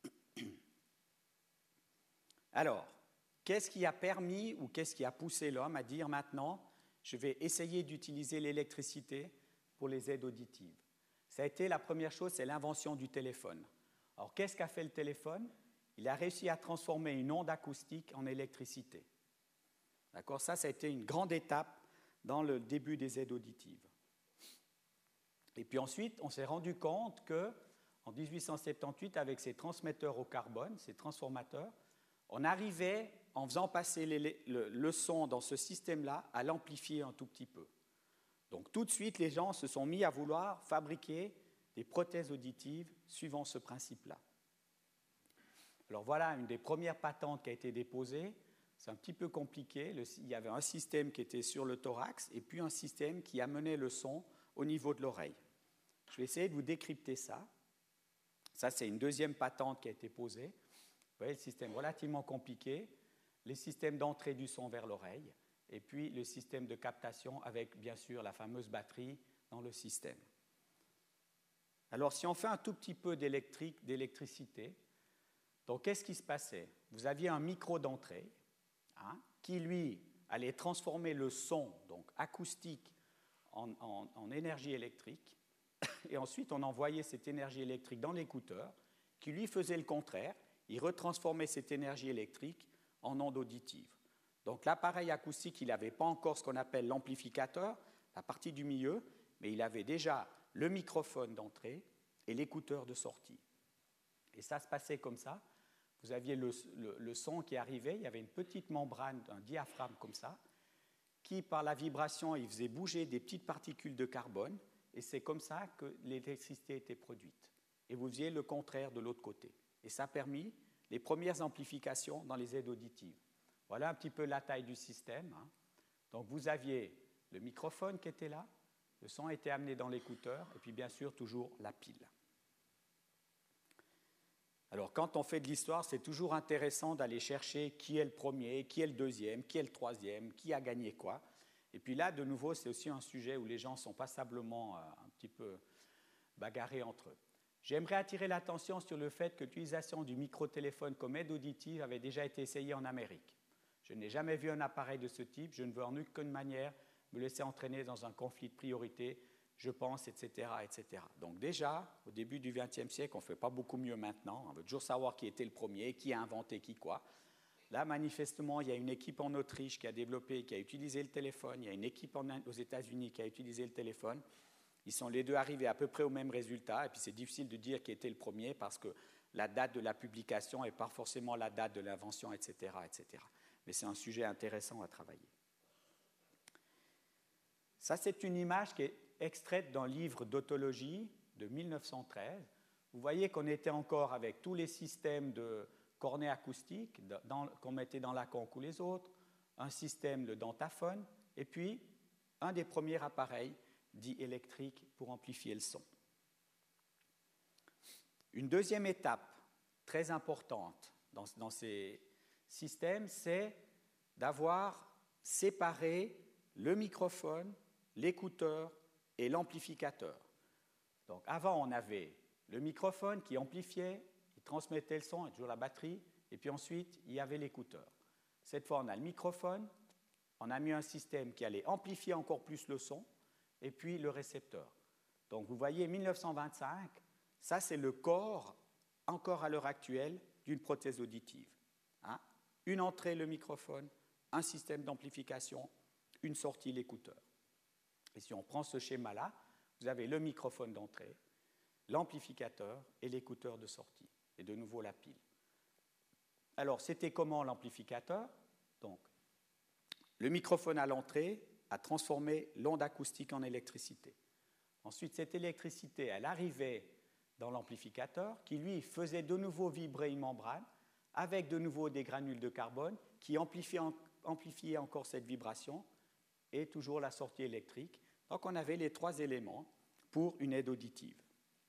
Alors, qu'est-ce qui a permis ou qu'est-ce qui a poussé l'homme à dire maintenant, je vais essayer d'utiliser l'électricité pour les aides auditives? Ça a été la première chose, c'est l'invention du téléphone. Alors, qu'est-ce qu'a fait le téléphone? Il a réussi à transformer une onde acoustique en électricité. D'accord? Ça a été une grande étape dans le début des aides auditives. Et puis ensuite, on s'est rendu compte qu'en 1878, avec ces transmetteurs au carbone, ces transformateurs, on arrivait, en faisant passer le son dans ce système-là, à l'amplifier un tout petit peu. Donc tout de suite, les gens se sont mis à vouloir fabriquer des prothèses auditives suivant ce principe-là. Alors voilà une des premières patentes qui a été déposée. C'est un petit peu compliqué. Il y avait un système qui était sur le thorax et puis un système qui amenait le son au niveau de l'oreille. Je vais essayer de vous décrypter ça. Ça, c'est une deuxième patente qui a été posée. Vous voyez, le système relativement compliqué, les systèmes d'entrée du son vers l'oreille, et puis le système de captation avec, bien sûr, la fameuse batterie dans le système. Alors, si on fait un tout petit peu d'électricité, donc qu'est-ce qui se passait? Vous aviez un micro d'entrée qui, lui, allait transformer le son, donc acoustique, en énergie électrique. Et ensuite, on envoyait cette énergie électrique dans l'écouteur, qui lui faisait le contraire. Il retransformait cette énergie électrique en onde auditive. Donc l'appareil acoustique, il n'avait pas encore ce qu'on appelle l'amplificateur, la partie du milieu, mais il avait déjà le microphone d'entrée et l'écouteur de sortie. Et ça se passait comme ça. Vous aviez le son qui arrivait, il y avait une petite membrane, un diaphragme comme ça, qui, par la vibration, il faisait bouger des petites particules de carbone, et c'est comme ça que l'électricité était produite. Et vous faisiez le contraire de l'autre côté. Et ça a permis les premières amplifications dans les aides auditives. Voilà un petit peu la taille du système. Donc vous aviez le microphone qui était là, le son était amené dans l'écouteur, et puis bien sûr toujours la pile. Alors quand on fait de l'histoire, c'est toujours intéressant d'aller chercher qui est le premier, qui est le deuxième, qui est le troisième, qui a gagné quoi. Et puis là, de nouveau, c'est aussi un sujet où les gens sont passablement un petit peu bagarrés entre eux. J'aimerais attirer l'attention sur le fait que l'utilisation du microtéléphone comme aide auditive avait déjà été essayée en Amérique. Je n'ai jamais vu un appareil de ce type, je ne veux en aucune manière me laisser entraîner dans un conflit de priorité, je pense, etc., etc. Donc déjà, au début du XXe siècle, on ne fait pas beaucoup mieux maintenant. On veut toujours savoir qui était le premier, qui a inventé qui quoi. Là, manifestement, il y a une équipe en Autriche qui a développé, qui a utilisé le téléphone. Il y a une équipe aux États-Unis qui a utilisé le téléphone. Ils sont les deux arrivés à peu près au même résultat. Et puis c'est difficile de dire qui était le premier parce que la date de la publication n'est pas forcément la date de l'invention, etc., etc. Mais c'est un sujet intéressant à travailler. Ça, c'est une image qui est extraite d'un livre d'autologie de 1913. Vous voyez qu'on était encore avec tous les systèmes de cornets acoustiques qu'on mettait dans la conque ou les autres, un système de dentaphone, et puis un des premiers appareils dits électriques pour amplifier le son. Une deuxième étape très importante dans ces systèmes, c'est d'avoir séparé le microphone, l'écouteur et l'amplificateur. Donc avant, on avait le microphone qui amplifiait, il transmettait le son, et toujours la batterie, et puis ensuite, il y avait l'écouteur. Cette fois, on a le microphone, on a mis un système qui allait amplifier encore plus le son, et puis le récepteur. Donc vous voyez, 1925, ça c'est le corps, encore à l'heure actuelle, d'une prothèse auditive. Une entrée, le microphone, un système d'amplification, une sortie, l'écouteur. Et si on prend ce schéma-là, vous avez le microphone d'entrée, l'amplificateur et l'écouteur de sortie. Et de nouveau la pile. Alors, c'était comment l'amplificateur? Donc, le microphone à l'entrée a transformé l'onde acoustique en électricité. Ensuite, cette électricité, elle arrivait dans l'amplificateur qui, lui, faisait de nouveau vibrer une membrane avec de nouveau des granules de carbone qui amplifiaient encore cette vibration et toujours la sortie électrique. Donc, on avait les trois éléments pour une aide auditive.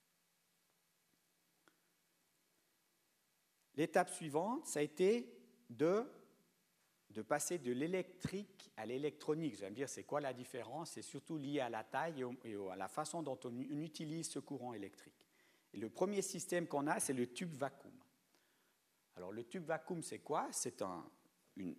L'étape suivante, ça a été de passer de l'électrique à l'électronique. Vous allez me dire, c'est quoi la différence? C'est surtout lié à la taille et à la façon dont on utilise ce courant électrique. Et le premier système qu'on a, c'est le tube vacuum. Alors, le tube vacuum, c'est quoi? C'est une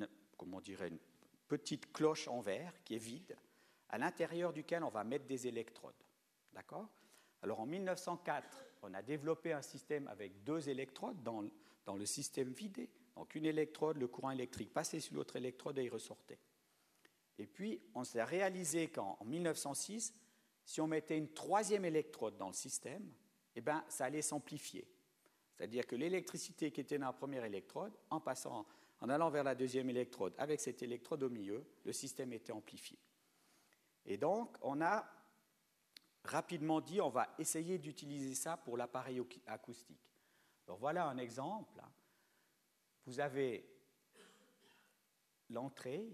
petite cloche en verre qui est vide, à l'intérieur duquel on va mettre des électrodes. D'accord? Alors, en 1904, on a développé un système avec deux électrodes dans le système vidé. Donc, une électrode, le courant électrique passait sur l'autre électrode et il ressortait. Et puis, on s'est réalisé qu'en 1906, si on mettait une troisième électrode dans le système, eh ben, ça allait s'amplifier. C'est-à-dire que l'électricité qui était dans la première électrode, en allant vers la deuxième électrode, avec cette électrode au milieu, le système était amplifié. Et donc, on a rapidement dit, on va essayer d'utiliser ça pour l'appareil acoustique. Alors voilà un exemple. Vous avez l'entrée,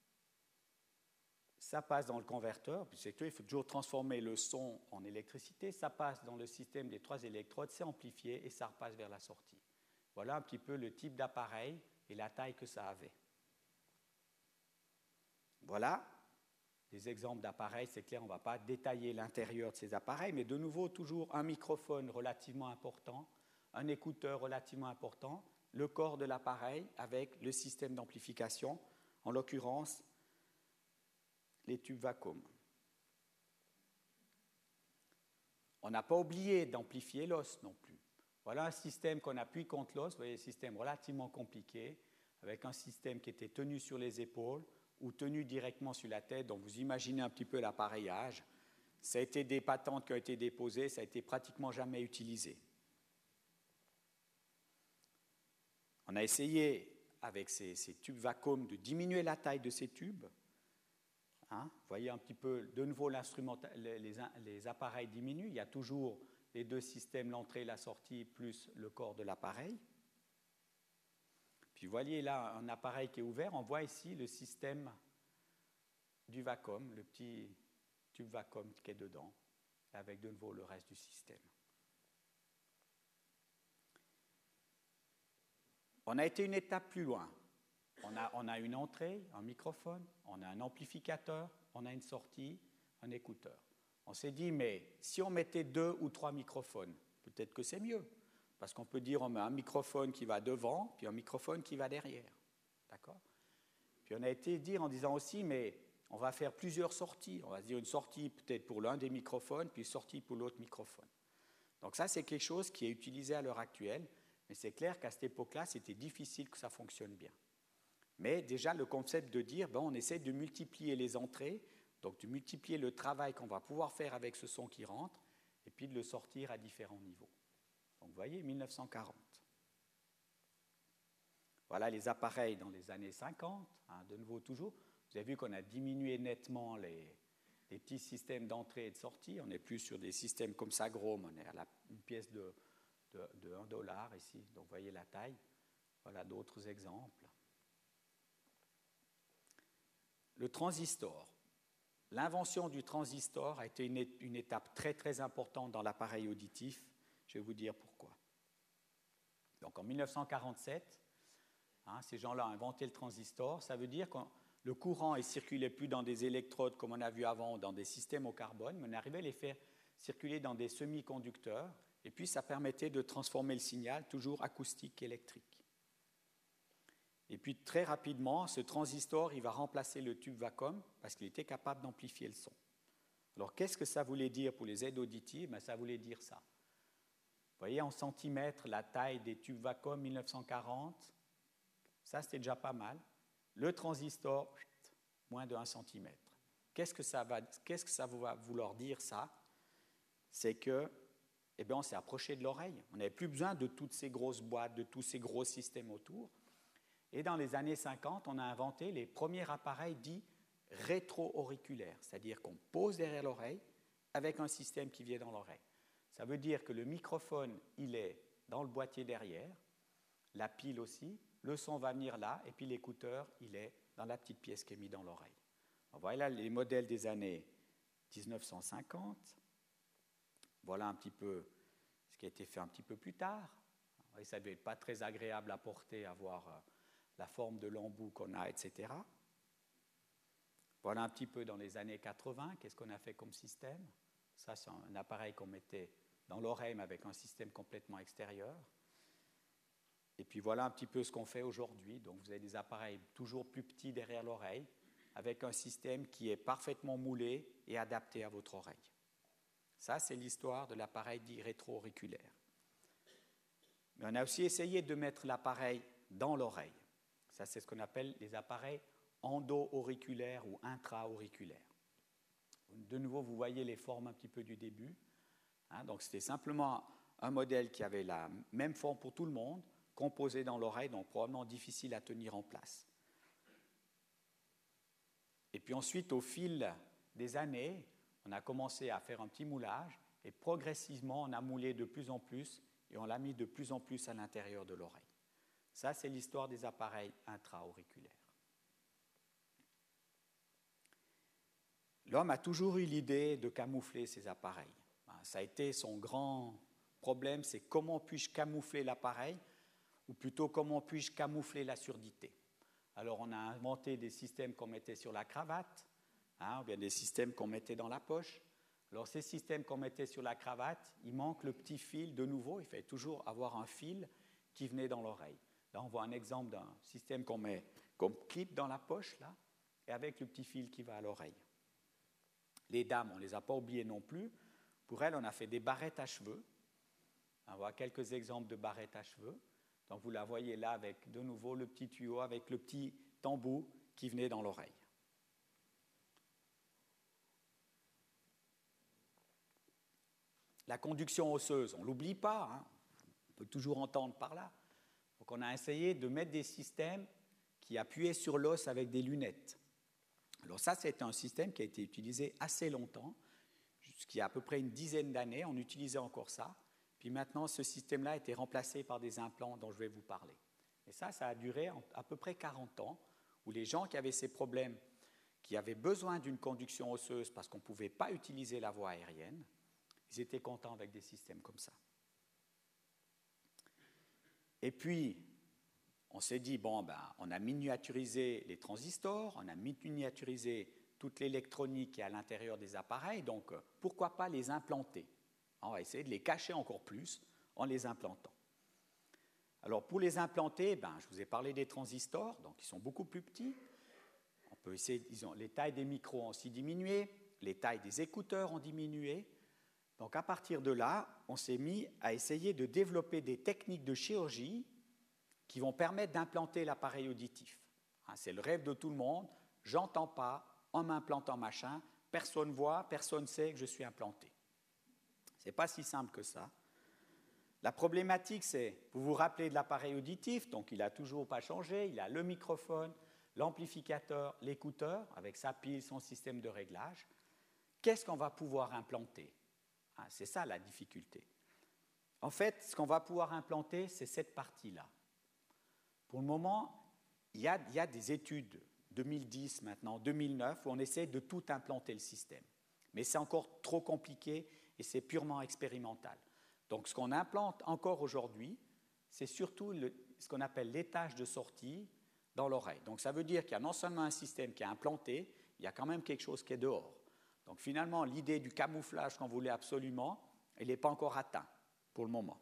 ça passe dans le converteur, puis c'est que il faut toujours transformer le son en électricité, ça passe dans le système des trois électrodes, c'est amplifié et ça repasse vers la sortie. Voilà un petit peu le type d'appareil et la taille que ça avait. Voilà des exemples d'appareils, c'est clair, on ne va pas détailler l'intérieur de ces appareils, mais de nouveau, toujours un microphone relativement important, un écouteur relativement important, le corps de l'appareil avec le système d'amplification, en l'occurrence, les tubes vacuum. On n'a pas oublié d'amplifier l'os non plus. Voilà un système qu'on appuie contre l'os, vous voyez, un système relativement compliqué, avec un système qui était tenu sur les épaules ou tenu directement sur la tête. Donc vous imaginez un petit peu l'appareillage. Ça a été des patentes qui ont été déposées, ça a été pratiquement jamais utilisé. On a essayé, avec ces tubes vacuum, de diminuer la taille de ces tubes. Vous voyez un petit peu, de nouveau, les appareils diminuent. Il y a toujours les deux systèmes, l'entrée et la sortie, plus le corps de l'appareil. Puis vous voyez là un appareil qui est ouvert. On voit ici le système du vacuum, le petit tube vacuum qui est dedans, avec de nouveau le reste du système. On a été une étape plus loin. On a une entrée, un microphone, on a un amplificateur, on a une sortie, un écouteur. On s'est dit, mais si on mettait 2 ou 3 microphones, peut-être que c'est mieux. Parce qu'on peut dire, on met un microphone qui va devant, puis un microphone qui va derrière. D'accord ? Puis on a été dire en disant aussi, mais on va faire plusieurs sorties. On va se dire une sortie peut-être pour l'un des microphones, puis une sortie pour l'autre microphone. Donc ça, c'est quelque chose qui est utilisé à l'heure actuelle, mais c'est clair qu'à cette époque-là, c'était difficile que ça fonctionne bien. Mais déjà, le concept de dire, on essaie de multiplier les entrées, donc de multiplier le travail qu'on va pouvoir faire avec ce son qui rentre, et puis de le sortir à différents niveaux. Donc vous voyez, 1940. Voilà les appareils dans les années 50, de nouveau toujours. Vous avez vu qu'on a diminué nettement les petits systèmes d'entrée et de sortie. On n'est plus sur des systèmes comme ça gros, on est à une pièce de $1 ici. Donc vous voyez la taille. Voilà d'autres exemples. Le transistor. L'invention du transistor a été une étape très très importante dans l'appareil auditif. Je vais vous dire pourquoi. Donc en 1947, ces gens-là ont inventé le transistor. Ça veut dire que le courant ne circulait plus dans des électrodes comme on a vu avant, dans des systèmes au carbone, mais on arrivait à les faire circuler dans des semi-conducteurs. Et puis ça permettait de transformer le signal, toujours acoustique électrique. Et puis très rapidement, ce transistor, il va remplacer le tube vacuum parce qu'il était capable d'amplifier le son. Alors qu'est-ce que ça voulait dire pour les aides auditives ? Ça voulait dire ça. Vous voyez en centimètres la taille des tubes vacuum 1940, ça c'était déjà pas mal. Le transistor, moins de 1 cm. Qu'est-ce que ça va vouloir dire ça ? C'est que, on s'est approché de l'oreille. On n'avait plus besoin de toutes ces grosses boîtes, de tous ces gros systèmes autour. Et dans les années 50, on a inventé les premiers appareils dits rétro-auriculaires, c'est-à-dire qu'on pose derrière l'oreille avec un système qui vient dans l'oreille. Ça veut dire que le microphone, il est dans le boîtier derrière, la pile aussi, le son va venir là, et puis l'écouteur, il est dans la petite pièce qui est mise dans l'oreille. Voilà les modèles des années 1950. Voilà un petit peu ce qui a été fait un petit peu plus tard. Et ça ne devait être pas très agréable à porter, à voir la forme de l'embout qu'on a, etc. Voilà un petit peu dans les années 80, qu'est-ce qu'on a fait comme système. Ça, c'est un appareil qu'on mettait dans l'oreille, mais avec un système complètement extérieur. Et puis voilà un petit peu ce qu'on fait aujourd'hui. Donc vous avez des appareils toujours plus petits derrière l'oreille, avec un système qui est parfaitement moulé et adapté à votre oreille. Ça, c'est l'histoire de l'appareil dit rétro-auriculaire. Mais on a aussi essayé de mettre l'appareil dans l'oreille. Ça, c'est ce qu'on appelle les appareils endo-auriculaires ou intra-auriculaires. De nouveau, vous voyez les formes un petit peu du début. Donc, c'était simplement un modèle qui avait la même forme pour tout le monde, composé dans l'oreille, donc probablement difficile à tenir en place. Et puis ensuite, au fil des années, on a commencé à faire un petit moulage et progressivement, on a moulé de plus en plus et on l'a mis de plus en plus à l'intérieur de l'oreille. Ça, c'est l'histoire des appareils intra-auriculaires. L'homme a toujours eu l'idée de camoufler ses appareils. Ça a été son grand problème, c'est comment puis-je camoufler l'appareil, ou plutôt comment puis-je camoufler la surdité. Alors on a inventé des systèmes qu'on mettait sur la cravate, ou bien des systèmes qu'on mettait dans la poche. Alors ces systèmes qu'on mettait sur la cravate, il manque le petit fil de nouveau, il fallait toujours avoir un fil qui venait dans l'oreille. Là, on voit un exemple d'un système qu'on met comme clip dans la poche, là, et avec le petit fil qui va à l'oreille. Les dames, on ne les a pas oubliées non plus. Pour elles, on a fait des barrettes à cheveux. On voit quelques exemples de barrettes à cheveux. Donc vous la voyez là avec de nouveau le petit tuyau, avec le petit tambour qui venait dans l'oreille. La conduction osseuse, on ne l'oublie pas, on peut toujours entendre par là. Donc on a essayé de mettre des systèmes qui appuyaient sur l'os avec des lunettes. Alors ça, c'est un système qui a été utilisé assez longtemps, jusqu'il y a à peu près une dizaine d'années, on utilisait encore ça. Puis maintenant, ce système-là a été remplacé par des implants dont je vais vous parler. Et ça a duré à peu près 40 ans, où les gens qui avaient ces problèmes, qui avaient besoin d'une conduction osseuse parce qu'on ne pouvait pas utiliser la voie aérienne, ils étaient contents avec des systèmes comme ça. Et puis, on s'est dit, on a miniaturisé les transistors, on a miniaturisé toute l'électronique qui est à l'intérieur des appareils, donc pourquoi pas les implanter? On va essayer de les cacher encore plus en les implantant. Alors pour les implanter, je vous ai parlé des transistors, donc ils sont beaucoup plus petits. On peut essayer, les tailles des micros ont aussi diminué, les tailles des écouteurs ont diminué. Donc à partir de là, on s'est mis à essayer de développer des techniques de chirurgie qui vont permettre d'implanter l'appareil auditif. C'est le rêve de tout le monde. J'entends pas, en m'implantant machin, personne voit, personne sait que je suis implanté. Ce n'est pas si simple que ça. La problématique, c'est, vous vous rappelez de l'appareil auditif, donc il n'a toujours pas changé, il a le microphone, l'amplificateur, l'écouteur, avec sa pile, son système de réglage. Qu'est-ce qu'on va pouvoir implanter? C'est ça la difficulté. En fait, ce qu'on va pouvoir implanter, c'est cette partie-là. Pour le moment, il y a des études, 2010 maintenant, 2009, où on essaie de tout implanter le système. Mais c'est encore trop compliqué et c'est purement expérimental. Donc ce qu'on implante encore aujourd'hui, c'est surtout ce qu'on appelle l'étage de sortie dans l'oreille. Donc ça veut dire qu'il y a non seulement un système qui est implanté, il y a quand même quelque chose qui est dehors. Donc finalement, l'idée du camouflage qu'on voulait absolument, elle n'est pas encore atteinte pour le moment.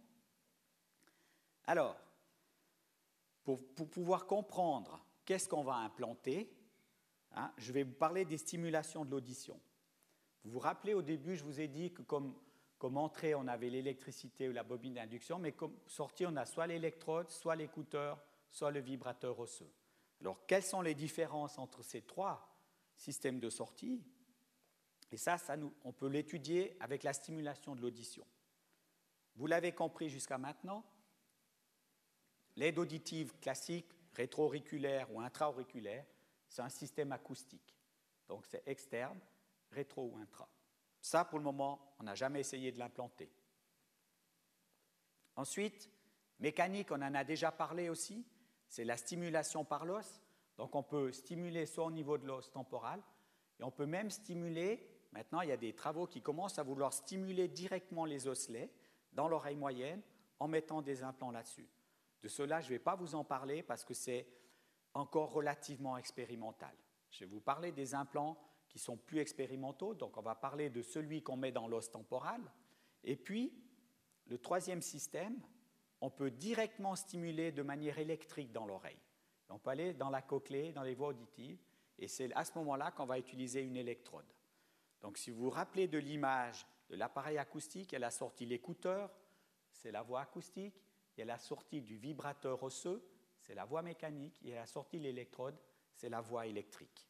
Alors, pour pouvoir comprendre qu'est-ce qu'on va implanter, je vais vous parler des stimulations de l'audition. Vous vous rappelez, au début, je vous ai dit que comme entrée, on avait l'électricité ou la bobine d'induction, mais comme sortie, on a soit l'électrode, soit l'écouteur, soit le vibrateur osseux. Alors, quelles sont les différences entre ces trois systèmes de sortie? Et ça on peut l'étudier avec la stimulation de l'audition. Vous l'avez compris jusqu'à maintenant, l'aide auditive classique, rétro-auriculaire ou intra-auriculaire, c'est un système acoustique. Donc c'est externe, rétro ou intra. Ça, pour le moment, on n'a jamais essayé de l'implanter. Ensuite, mécanique, on en a déjà parlé aussi, c'est la stimulation par l'os. Donc on peut stimuler soit au niveau de l'os temporal, et on peut même stimuler, maintenant il y a des travaux qui commencent à vouloir stimuler directement les osselets dans l'oreille moyenne en mettant des implants là-dessus. De cela, je ne vais pas vous en parler parce que c'est encore relativement expérimental. Je vais vous parler des implants qui sont plus expérimentaux, donc on va parler de celui qu'on met dans l'os temporal. Et puis, le troisième système, on peut directement stimuler de manière électrique dans l'oreille. On peut aller dans la cochlée, dans les voies auditives, et c'est à ce moment-là qu'on va utiliser une électrode. Donc si vous vous rappelez de l'image de l'appareil acoustique, il y a la sortie l'écouteur, c'est la voie acoustique, il y a la sortie du vibrateur osseux, c'est la voie mécanique, et il y a la sortie de l'électrode, c'est la voie électrique.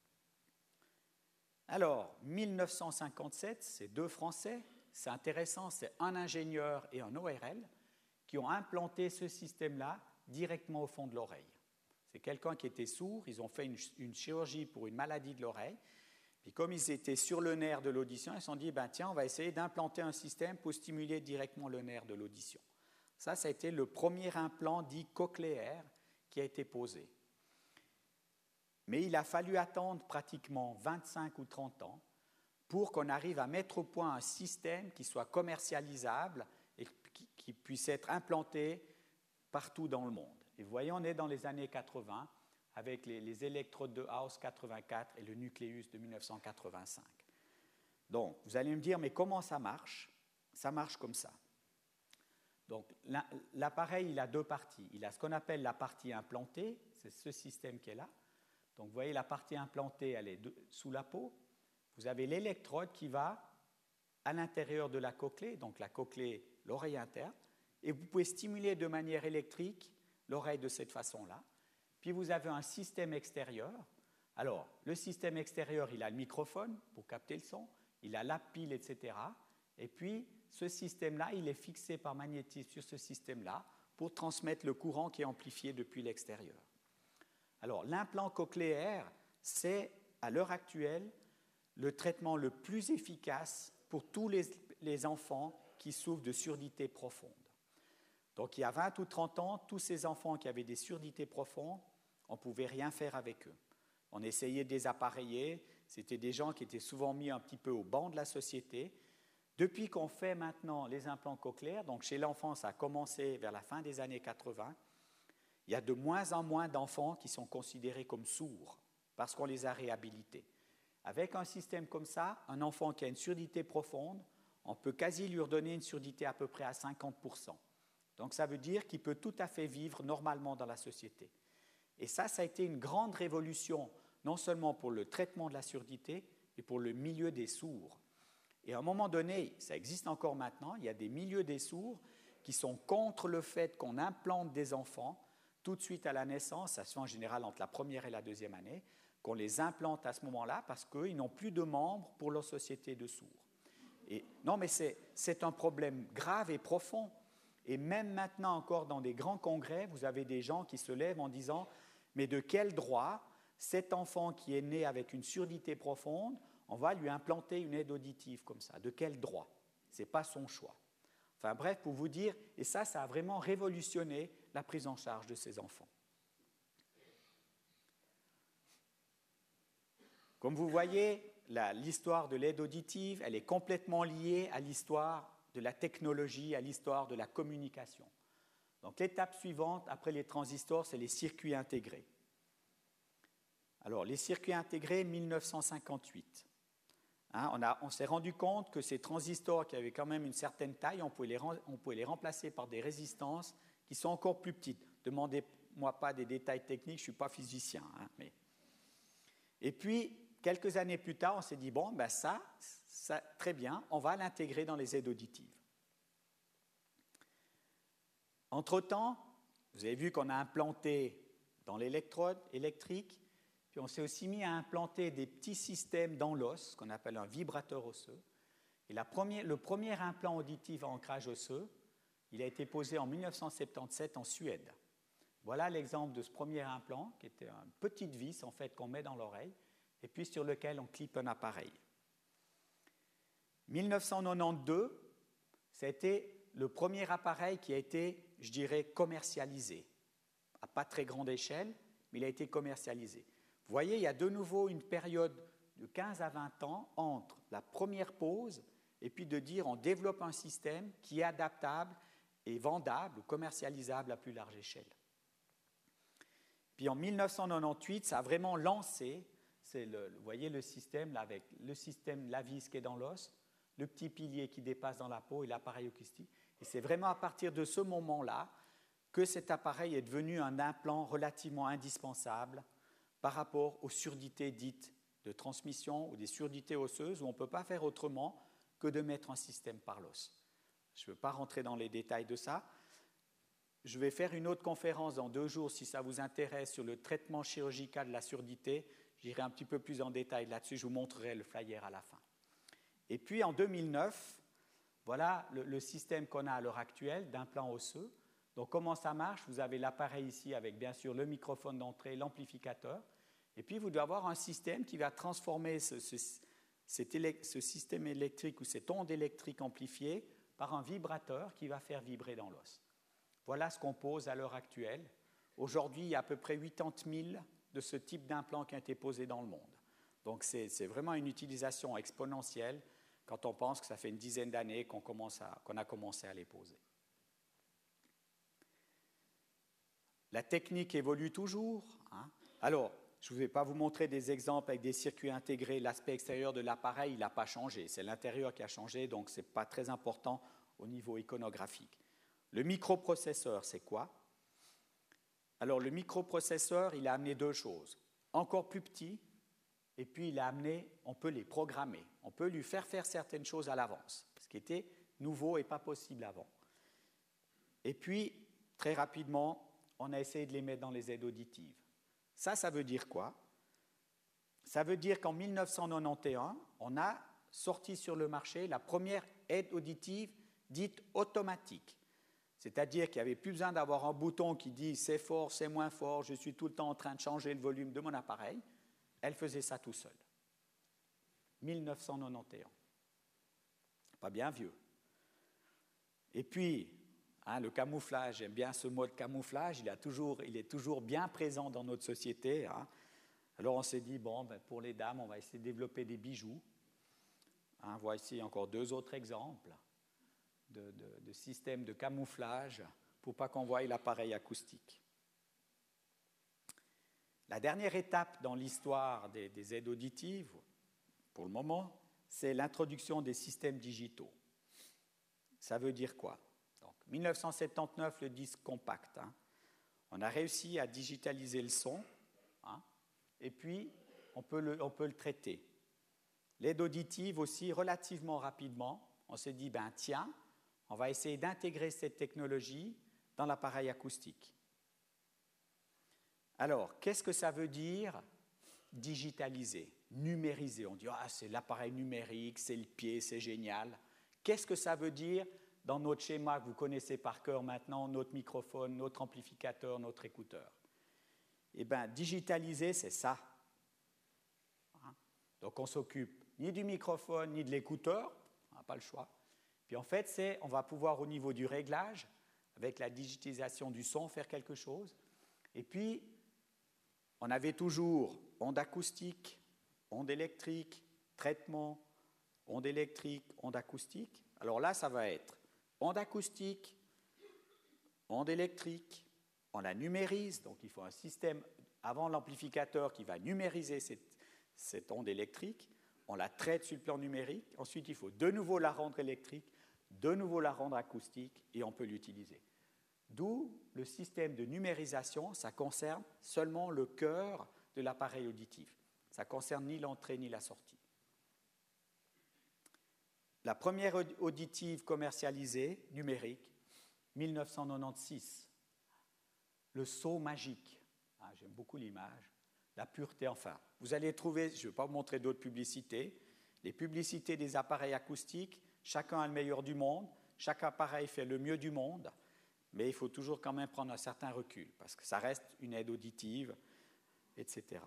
Alors, 1957, c'est deux Français, c'est intéressant, c'est un ingénieur et un ORL qui ont implanté ce système-là directement au fond de l'oreille. C'est quelqu'un qui était sourd, ils ont fait une chirurgie pour une maladie de l'oreille, puis comme ils étaient sur le nerf de l'audition, ils se sont dit, tiens, on va essayer d'implanter un système pour stimuler directement le nerf de l'audition. Ça a été le premier implant dit cochléaire qui a été posé. Mais il a fallu attendre pratiquement 25 ou 30 ans pour qu'on arrive à mettre au point un système qui soit commercialisable et qui puisse être implanté partout dans le monde. Et vous voyez, on est dans les années 80, avec les électrodes de House 84 et le nucléus de 1985. Donc, vous allez me dire, mais comment ça marche? Ça marche comme ça. Donc, l'appareil, il a deux parties. Il a ce qu'on appelle la partie implantée, c'est ce système qui est là. Donc, vous voyez, la partie implantée, elle est sous la peau. Vous avez l'électrode qui va à l'intérieur de la cochlée, donc la cochlée, l'oreille interne, et vous pouvez stimuler de manière électrique l'oreille de cette façon-là. Puis vous avez un système extérieur. Alors, le système extérieur, il a le microphone pour capter le son, il a la pile, etc. Et puis, ce système-là, il est fixé par magnétisme sur ce système-là pour transmettre le courant qui est amplifié depuis l'extérieur. Alors, l'implant cochléaire, c'est, à l'heure actuelle, le traitement le plus efficace pour tous les enfants qui souffrent de surdité profonde. Donc, il y a 20 ou 30 ans, tous ces enfants qui avaient des surdités profondes, on ne pouvait rien faire avec eux. On essayait de les appareiller. C'était des gens qui étaient souvent mis un petit peu au banc de la société. Depuis qu'on fait maintenant les implants cochléaires, donc chez l'enfant, ça a commencé vers la fin des années 80, il y a de moins en moins d'enfants qui sont considérés comme sourds parce qu'on les a réhabilités. Avec un système comme ça, un enfant qui a une surdité profonde, on peut quasi lui redonner une surdité à peu près à 50%. Donc ça veut dire qu'il peut tout à fait vivre normalement dans la société. Et ça a été une grande révolution, non seulement pour le traitement de la surdité, mais pour le milieu des sourds. Et à un moment donné, ça existe encore maintenant, il y a des milieux des sourds qui sont contre le fait qu'on implante des enfants tout de suite à la naissance, ça se fait en général entre la première et la deuxième année, qu'on les implante à ce moment-là parce qu'ils n'ont plus de membres pour leur société de sourds. Et, non, mais c'est un problème grave et profond. Et même maintenant encore dans des grands congrès, vous avez des gens qui se lèvent en disant « Mais de quel droit cet enfant qui est né avec une surdité profonde, on va lui implanter une aide auditive comme ça? De quel droit? Ce n'est pas son choix. » Enfin bref, pour vous dire, et ça a vraiment révolutionné la prise en charge de ces enfants. Comme vous voyez, l'histoire de l'aide auditive, elle est complètement liée à l'histoire de la technologie, à l'histoire de la communication. Donc l'étape suivante, après les transistors, c'est les circuits intégrés. Alors, les circuits intégrés, 1958. On s'est rendu compte que ces transistors qui avaient quand même une certaine taille, on pouvait les remplacer par des résistances qui sont encore plus petites. Demandez-moi pas des détails techniques, je ne suis pas physicien. Mais... Et puis, quelques années plus tard, on s'est dit, bon, ben ça, très bien, on va l'intégrer dans les aides auditives. Entre-temps, vous avez vu qu'on a implanté dans l'électrode électrique, puis on s'est aussi mis à implanter des petits systèmes dans l'os, qu'on appelle un vibrateur osseux. Et le premier implant auditif à ancrage osseux, il a été posé en 1977 en Suède. Voilà l'exemple de ce premier implant, qui était une petite vis en fait, qu'on met dans l'oreille, et puis sur lequel on clippe un appareil. 1992, c'était le premier appareil qui a été, je dirais, commercialisé. À pas très grande échelle, mais il a été commercialisé. Vous voyez, il y a de nouveau une période de 15 à 20 ans entre la première pause et puis de dire on développe un système qui est adaptable et vendable ou commercialisable à plus large échelle. Puis en 1998, ça a vraiment lancé, vous voyez le système là, avec le système la vis qui est dans l'os, le petit pilier qui dépasse dans la peau et l'appareil acoustique. Et c'est vraiment à partir de ce moment-là que cet appareil est devenu un implant relativement indispensable par rapport aux surdités dites de transmission ou des surdités osseuses où on ne peut pas faire autrement que de mettre un système par l'os. Je ne veux pas rentrer dans les détails de ça. Je vais faire une autre conférence dans 2 jours si ça vous intéresse sur le traitement chirurgical de la surdité. J'irai un petit peu plus en détail là-dessus, je vous montrerai le flyer à la fin. Et puis en 2009, voilà le système qu'on a à l'heure actuelle d'implant osseux. Donc comment ça marche? Vous avez l'appareil ici avec bien sûr le microphone d'entrée, l'amplificateur, et puis vous devez avoir un système qui va transformer ce système électrique ou cette onde électrique amplifiée par un vibrateur qui va faire vibrer dans l'os. Voilà ce qu'on pose à l'heure actuelle. Aujourd'hui, il y a à peu près 80 000 de ce type d'implants qui ont été posés dans le monde. Donc c'est vraiment une utilisation exponentielle quand on pense que ça fait une dizaine d'années qu'on a commencé à les poser. La technique évolue toujours. Alors, je ne vais pas vous montrer des exemples avec des circuits intégrés. L'aspect extérieur de l'appareil, il n'a pas changé. C'est l'intérieur qui a changé, donc ce n'est pas très important au niveau iconographique. Le microprocesseur, c'est quoi? Alors, le microprocesseur, il a amené deux choses. Encore plus petit, et puis il a amené, on peut les programmer. On peut lui faire certaines choses à l'avance, ce qui était nouveau et pas possible avant. Et puis, très rapidement, on a essayé de les mettre dans les aides auditives. Ça veut dire quoi? Ça veut dire qu'en 1991, on a sorti sur le marché la première aide auditive dite automatique. C'est-à-dire qu'il n'y avait plus besoin d'avoir un bouton qui dit « c'est fort, c'est moins fort, je suis tout le temps en train de changer le volume de mon appareil ». Elle faisait ça tout seul. 1991. Pas bien vieux. Et puis, le camouflage, j'aime bien ce mot de camouflage, il est toujours bien présent dans notre société. Alors on s'est dit, pour les dames, on va essayer de développer des bijoux. Voici encore deux autres exemples de systèmes de camouflage pour ne pas qu'on voie l'appareil acoustique. La dernière étape dans l'histoire des aides auditives, pour le moment, c'est l'introduction des systèmes digitaux. Ça veut dire quoi? Donc, 1979, le disque compact. On a réussi à digitaliser le son, et puis on peut le traiter. L'aide auditive aussi, relativement rapidement, on s'est dit, tiens, on va essayer d'intégrer cette technologie dans l'appareil acoustique. Alors, qu'est-ce que ça veut dire digitaliser, numériser? On dit, c'est l'appareil numérique, c'est le pied, c'est génial. Qu'est-ce que ça veut dire dans notre schéma que vous connaissez par cœur maintenant, notre microphone, notre amplificateur, notre écouteur? Eh bien, digitaliser, c'est ça. Donc, on ne s'occupe ni du microphone, ni de l'écouteur, on n'a pas le choix. Puis en fait, on va pouvoir au niveau du réglage, avec la digitalisation du son, faire quelque chose. Et puis, on avait toujours onde acoustique, onde électrique, traitement, onde électrique, onde acoustique. Alors là, ça va être onde acoustique, onde électrique, on la numérise, donc il faut un système avant l'amplificateur qui va numériser cette onde électrique, on la traite sur le plan numérique, ensuite il faut de nouveau la rendre électrique, de nouveau la rendre acoustique et on peut l'utiliser. D'où le système de numérisation, ça concerne seulement le cœur de l'appareil auditif. Ça ne concerne ni l'entrée ni la sortie. La première auditive commercialisée, numérique, 1996. Le saut magique. J'aime beaucoup l'image. La pureté, enfin. Vous allez trouver, je ne vais pas vous montrer d'autres publicités, les publicités des appareils acoustiques, chacun a le meilleur du monde, chaque appareil fait le mieux du monde, mais il faut toujours quand même prendre un certain recul, parce que ça reste une aide auditive, etc.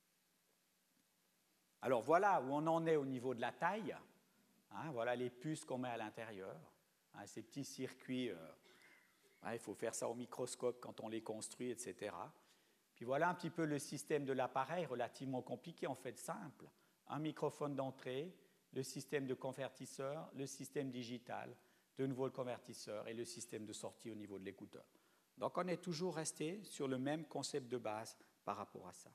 Alors voilà où on en est au niveau de la taille. Voilà les puces qu'on met à l'intérieur. Ces petits circuits, il faut faire ça au microscope quand on les construit, etc. Puis voilà un petit peu le système de l'appareil, relativement compliqué, en fait simple. Un microphone d'entrée, le système de convertisseur, le système digital, de nouveau le convertisseur et le système de sortie au niveau de l'écouteur. Donc on est toujours resté sur le même concept de base par rapport à ça.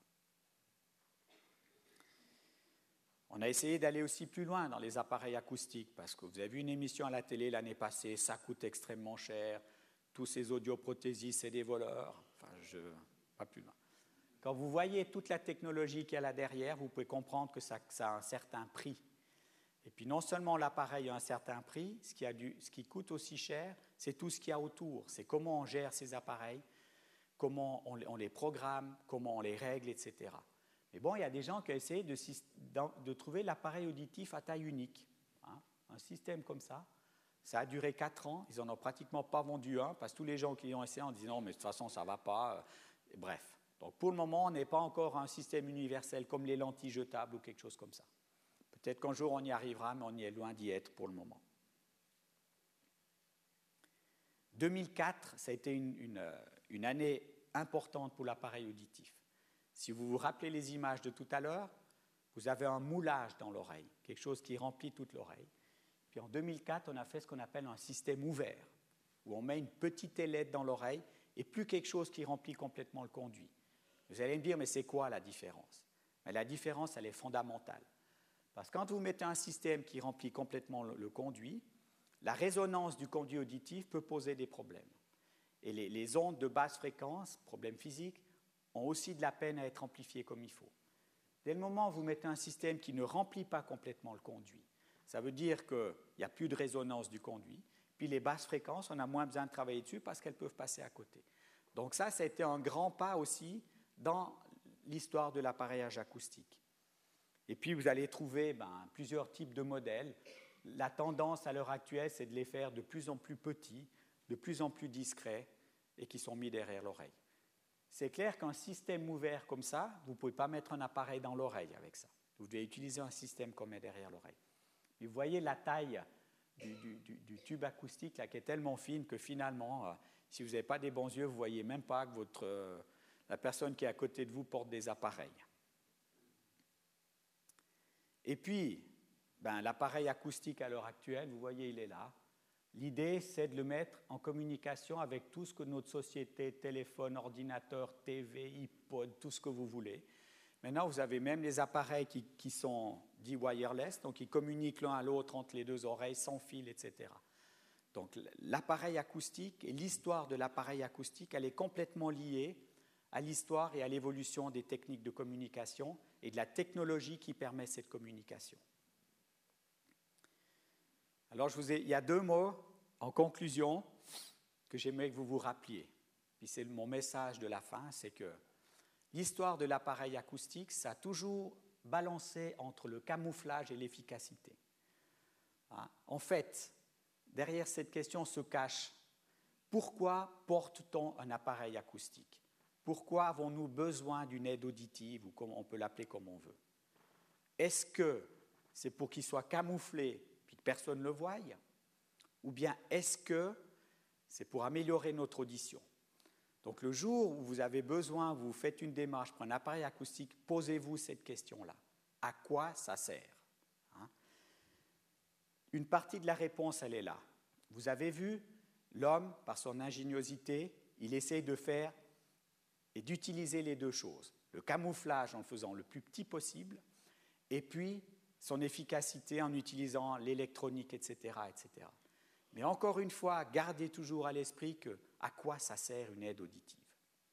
On a essayé d'aller aussi plus loin dans les appareils acoustiques, parce que vous avez vu une émission à la télé l'année passée, ça coûte extrêmement cher, tous ces audioprothésistes, c'est des voleurs, pas plus loin. Quand vous voyez toute la technologie qu'il y a là derrière, vous pouvez comprendre que ça a un certain prix. Et puis non seulement l'appareil a un certain prix, ce qui coûte aussi cher, c'est tout ce qu'il y a autour. C'est comment on gère ces appareils, comment on les programme, comment on les règle, etc. Mais bon, il y a des gens qui ont essayé de trouver l'appareil auditif à taille unique. Un système comme ça. Ça a duré 4 ans. Ils n'en ont pratiquement pas vendu un, parce que tous les gens qui ont essayé ont dit non, mais de toute façon, ça ne va pas. Bref. Donc pour le moment, on n'est pas encore à un système universel comme les lentilles jetables ou quelque chose comme ça. Peut-être qu'un jour, on y arrivera, mais on y est loin d'y être pour le moment. 2004, ça a été une année importante pour l'appareil auditif. Si vous vous rappelez les images de tout à l'heure, vous avez un moulage dans l'oreille, quelque chose qui remplit toute l'oreille. Puis en 2004, on a fait ce qu'on appelle un système ouvert, où on met une petite ailette dans l'oreille et plus quelque chose qui remplit complètement le conduit. Vous allez me dire, mais c'est quoi la différence? Mais la différence, elle est fondamentale. Parce que quand vous mettez un système qui remplit complètement le conduit, la résonance du conduit auditif peut poser des problèmes. Et les ondes de basse fréquence, problèmes physiques, ont aussi de la peine à être amplifiées comme il faut. Dès le moment où vous mettez un système qui ne remplit pas complètement le conduit, ça veut dire qu'il n'y a plus de résonance du conduit, puis les basses fréquences, on a moins besoin de travailler dessus parce qu'elles peuvent passer à côté. Donc ça a été un grand pas aussi dans l'histoire de l'appareillage acoustique. Et puis vous allez trouver plusieurs types de modèles. La tendance à l'heure actuelle, c'est de les faire de plus en plus petits, de plus en plus discrets et qui sont mis derrière l'oreille. C'est clair qu'un système ouvert comme ça, vous ne pouvez pas mettre un appareil dans l'oreille avec ça. Vous devez utiliser un système qu'on met derrière l'oreille. Et vous voyez la taille du tube acoustique là, qui est tellement fine que finalement, si vous n'avez pas des bons yeux, vous ne voyez même pas que la personne qui est à côté de vous porte des appareils. Et puis, l'appareil acoustique à l'heure actuelle, vous voyez, il est là. L'idée, c'est de le mettre en communication avec tout ce que notre société, téléphone, ordinateur, TV, iPod, tout ce que vous voulez. Maintenant, vous avez même les appareils qui sont dits wireless, donc ils communiquent l'un à l'autre entre les deux oreilles, sans fil, etc. Donc l'appareil acoustique et l'histoire de l'appareil acoustique, elle est complètement liée à l'histoire et à l'évolution des techniques de communication et de la technologie qui permet cette communication. Alors, il y a 2 mots en conclusion que j'aimerais que vous vous rappeliez. Puis c'est mon message de la fin, c'est que l'histoire de l'appareil acoustique, ça a toujours balancé entre le camouflage et l'efficacité. En fait, derrière cette question se cache pourquoi porte-t-on un appareil acoustique? Pourquoi avons-nous besoin d'une aide auditive, ou on peut l'appeler comme on veut? Est-ce que c'est pour qu'il soit camouflé puis que personne ne le voie? Ou bien est-ce que c'est pour améliorer notre audition? Donc le jour où vous avez besoin, vous faites une démarche pour un appareil acoustique, posez-vous cette question-là. À quoi ça sert? Une partie de la réponse, elle est là. Vous avez vu, l'homme, par son ingéniosité, il essaye de faire et d'utiliser les 2 choses. Le camouflage en le faisant le plus petit possible, et puis son efficacité en utilisant l'électronique, etc., etc. Mais encore une fois, gardez toujours à l'esprit à quoi ça sert une aide auditive.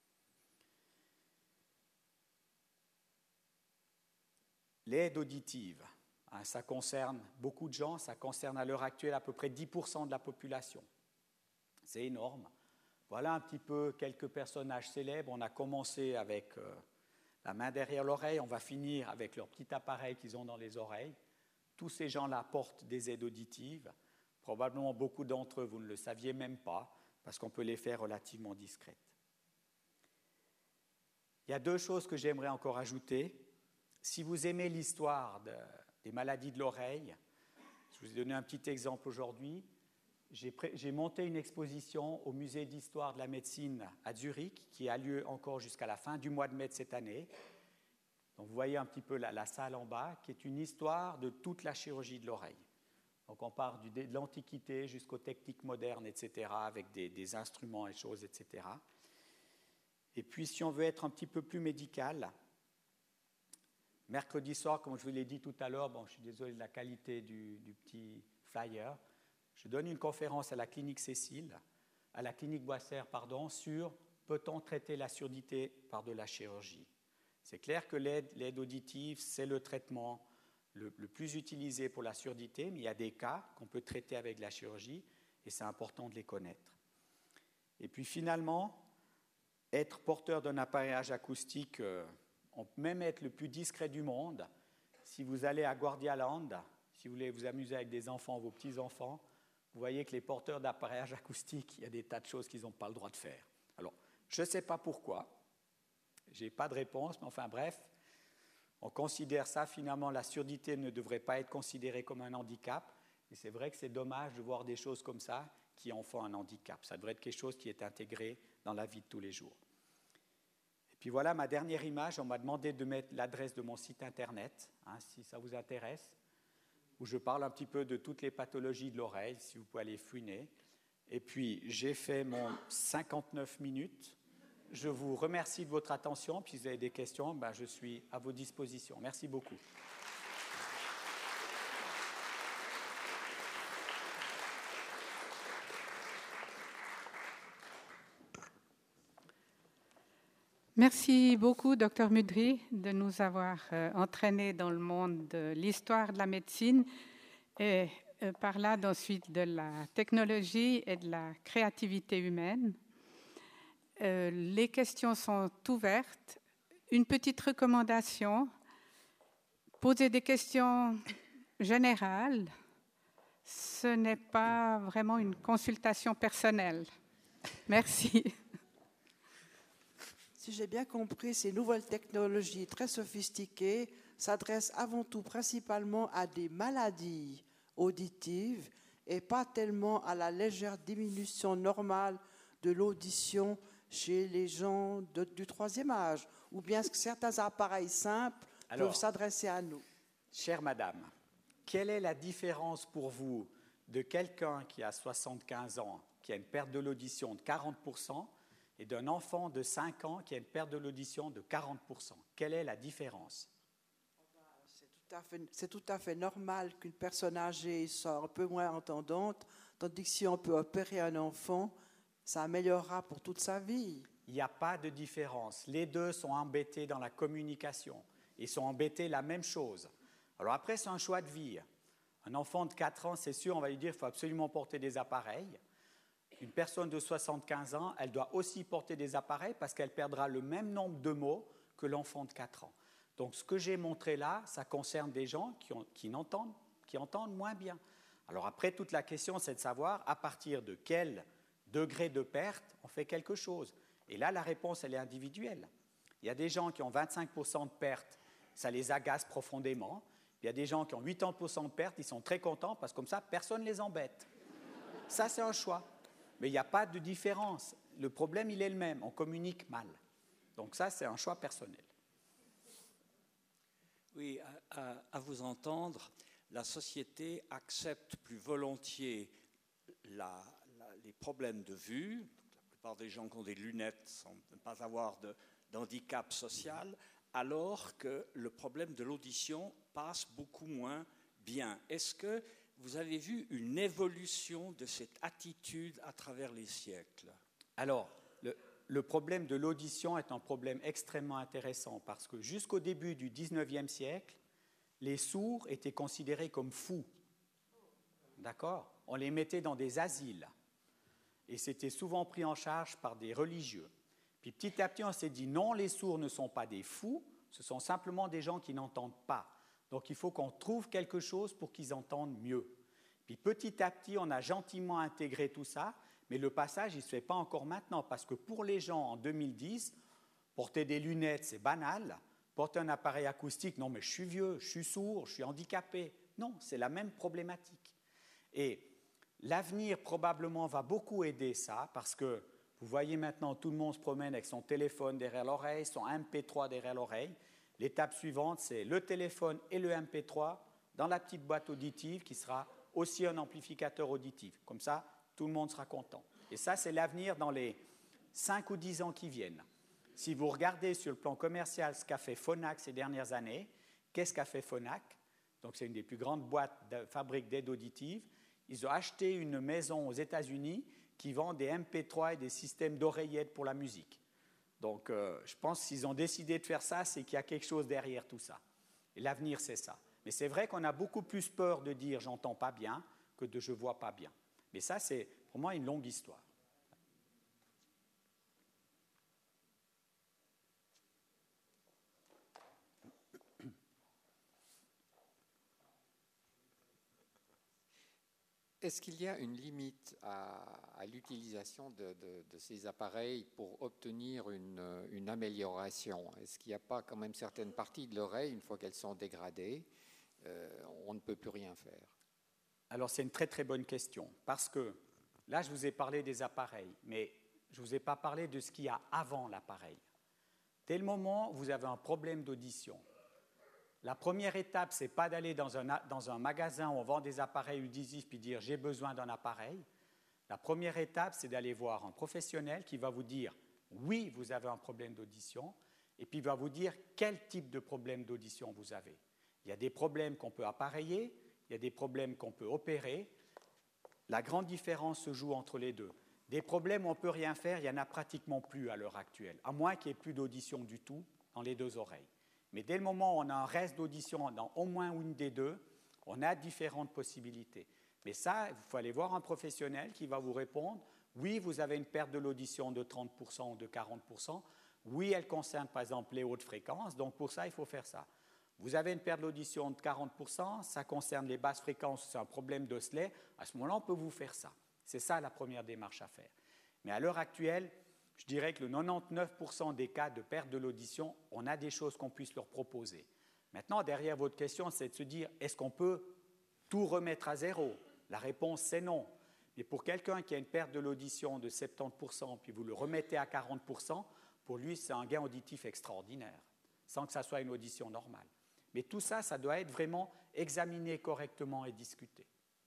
L'aide auditive, ça concerne beaucoup de gens, ça concerne à l'heure actuelle à peu près 10% de la population. C'est énorme. Voilà un petit peu quelques personnages célèbres. On a commencé avec la main derrière l'oreille, on va finir avec leur petit appareil qu'ils ont dans les oreilles. Tous ces gens-là portent des aides auditives. Probablement beaucoup d'entre eux, vous ne le saviez même pas, parce qu'on peut les faire relativement discrètes. Il y a 2 choses que j'aimerais encore ajouter. Si vous aimez l'histoire des maladies de l'oreille, je vous ai donné un petit exemple aujourd'hui. J'ai monté une exposition au Musée d'histoire de la médecine à Zurich, qui a lieu encore jusqu'à la fin du mois de mai de cette année. Donc vous voyez un petit peu la salle en bas, qui est une histoire de toute la chirurgie de l'oreille. Donc on part de l'Antiquité jusqu'aux techniques modernes, etc., avec des instruments et choses, etc. Et puis si on veut être un petit peu plus médical, mercredi soir, comme je vous l'ai dit tout à l'heure, je suis désolé de la qualité du petit flyer, je donne une conférence à la clinique Cécile, à la clinique Boissère, sur peut-on traiter la surdité par de la chirurgie. C'est clair que l'aide auditive, c'est le traitement le plus utilisé pour la surdité, mais il y a des cas qu'on peut traiter avec la chirurgie et c'est important de les connaître. Et puis finalement, être porteur d'un appareillage acoustique, on peut même être le plus discret du monde. Si vous allez à Guardialand, si vous voulez vous amuser avec des enfants, vos petits-enfants, vous voyez que les porteurs d'appareillage acoustique, il y a des tas de choses qu'ils n'ont pas le droit de faire. Alors, je ne sais pas pourquoi, je n'ai pas de réponse, mais enfin bref, on considère ça, finalement, la surdité ne devrait pas être considérée comme un handicap, et c'est vrai que c'est dommage de voir des choses comme ça qui en font un handicap. Ça devrait être quelque chose qui est intégré dans la vie de tous les jours. Et puis voilà ma dernière image, on m'a demandé de mettre l'adresse de mon site internet, si ça vous intéresse, où je parle un petit peu de toutes les pathologies de l'oreille, si vous pouvez aller fouiner. Et puis, j'ai fait mon 59 minutes Je vous remercie de votre attention. Puis si vous avez des questions, je suis à vos dispositions. Merci beaucoup. Merci beaucoup, Dr Mudry, de nous avoir entraînés dans le monde de l'histoire de la médecine et par là ensuite de la technologie et de la créativité humaine. Les questions sont ouvertes. Une petite recommandation, poser des questions générales, ce n'est pas vraiment une consultation personnelle. Merci. Si j'ai bien compris, ces nouvelles technologies très sophistiquées s'adressent avant tout principalement à des maladies auditives et pas tellement à la légère diminution normale de l'audition chez les gens du troisième âge, ou bien est-ce que certains appareils simples peuvent s'adresser à nous? Chère madame, quelle est la différence pour vous de quelqu'un qui a 75 ans, qui a une perte de l'audition de 40%, et d'un enfant de 5 ans qui a une perte de l'audition de 40%? Quelle est la différence? C'est tout à fait normal qu'une personne âgée soit un peu moins entendante, tandis que si on peut opérer un enfant, ça améliorera pour toute sa vie. Il n'y a pas de différence. Les deux sont embêtés dans la communication. Ils sont embêtés la même chose. Alors après, c'est un choix de vie. Un enfant de 4 ans, c'est sûr, on va lui dire qu'il faut absolument porter des appareils. Une personne de 75 ans, elle doit aussi porter des appareils parce qu'elle perdra le même nombre de mots que l'enfant de 4 ans. Donc ce que j'ai montré là, ça concerne des gens qui entendent moins bien. Alors après, toute la question, c'est de savoir à partir de quel degré de perte on fait quelque chose. Et là, la réponse, elle est individuelle. Il y a des gens qui ont 25% de perte, ça les agace profondément. Il y a des gens qui ont 80% de perte, ils sont très contents parce que comme ça, personne ne les embête. Ça, c'est un choix. Mais il n'y a pas de différence. Le problème, il est le même. On communique mal. Donc ça, c'est un choix personnel. Oui, à vous entendre, la société accepte plus volontiers les problèmes de vue. La plupart des gens qui ont des lunettes semblent ne pas avoir d'handicap social, alors que le problème de l'audition passe beaucoup moins bien. Est-ce que vous avez vu une évolution de cette attitude à travers les siècles? Alors, le problème de l'audition est un problème extrêmement intéressant parce que jusqu'au début du 19e siècle, les sourds étaient considérés comme fous. D'accord? On les mettait dans des asiles et c'était souvent pris en charge par des religieux. Puis petit à petit, on s'est dit non, les sourds ne sont pas des fous, ce sont simplement des gens qui n'entendent pas. Donc il faut qu'on trouve quelque chose pour qu'ils entendent mieux. Puis petit à petit, on a gentiment intégré tout ça, mais le passage, il ne se fait pas encore maintenant, parce que pour les gens en 2010, porter des lunettes, c'est banal. Porter un appareil acoustique, non mais je suis vieux, je suis sourd, je suis handicapé. Non, c'est la même problématique. Et l'avenir probablement va beaucoup aider ça, parce que vous voyez maintenant, tout le monde se promène avec son téléphone derrière l'oreille, son MP3 derrière l'oreille. L'étape suivante, c'est le téléphone et le MP3 dans la petite boîte auditive qui sera aussi un amplificateur auditif. Comme ça, tout le monde sera content. Et ça, c'est l'avenir dans les 5 ou 10 ans qui viennent. Si vous regardez sur le plan commercial ce qu'a fait Phonak ces dernières années, qu'est-ce qu'a fait Phonak? Donc, c'est une des plus grandes boîtes de fabrique d'aides auditives. Ils ont acheté une maison aux États-Unis qui vend des MP3 et des systèmes d'oreillettes pour la musique. Donc, je pense que s'ils ont décidé de faire ça, c'est qu'il y a quelque chose derrière tout ça. Et l'avenir, c'est ça. Mais c'est vrai qu'on a beaucoup plus peur de dire « j'entends pas bien » que de « je vois pas bien ». Mais ça, c'est pour moi une longue histoire. Est-ce qu'il y a une limite à l'utilisation de ces appareils pour obtenir une amélioration? Est-ce qu'il n'y a pas quand même certaines parties de l'oreille, une fois qu'elles sont dégradées, on ne peut plus rien faire? Alors c'est une très très bonne question, parce que là je vous ai parlé des appareils, mais je ne vous ai pas parlé de ce qu'il y a avant l'appareil. Dès le moment où vous avez un problème d'audition, la première étape, ce n'est pas d'aller dans un magasin où on vend des appareils auditifs puis dire « j'ai besoin d'un appareil ». La première étape, c'est d'aller voir un professionnel qui va vous dire oui, vous avez un problème d'audition, et puis il va vous dire quel type de problème d'audition vous avez. Il y a des problèmes qu'on peut appareiller, il y a des problèmes qu'on peut opérer. La grande différence se joue entre les deux. Des problèmes où on ne peut rien faire, il n'y en a pratiquement plus à l'heure actuelle, à moins qu'il n'y ait plus d'audition du tout dans les deux oreilles. Mais dès le moment où on a un reste d'audition dans au moins une des deux, on a différentes possibilités. Mais ça, il faut aller voir un professionnel qui va vous répondre « Oui, vous avez une perte de l'audition de 30% ou de 40%. Oui, elle concerne par exemple les hautes fréquences, donc pour ça, il faut faire ça. Vous avez une perte de l'audition de 40%, ça concerne les basses fréquences, c'est un problème d'osselet. À ce moment-là, on peut vous faire ça. C'est ça la première démarche à faire. Mais à l'heure actuelle, je dirais que le 99% des cas de perte de l'audition, on a des choses qu'on puisse leur proposer. Maintenant, derrière votre question, c'est de se dire, est-ce qu'on peut tout remettre à zéro? La réponse, c'est non. Mais pour quelqu'un qui a une perte de l'audition de 70%, puis vous le remettez à 40%, pour lui, c'est un gain auditif extraordinaire, sans que ça soit une audition normale. Mais tout ça, ça doit être vraiment examiné correctement et discuté.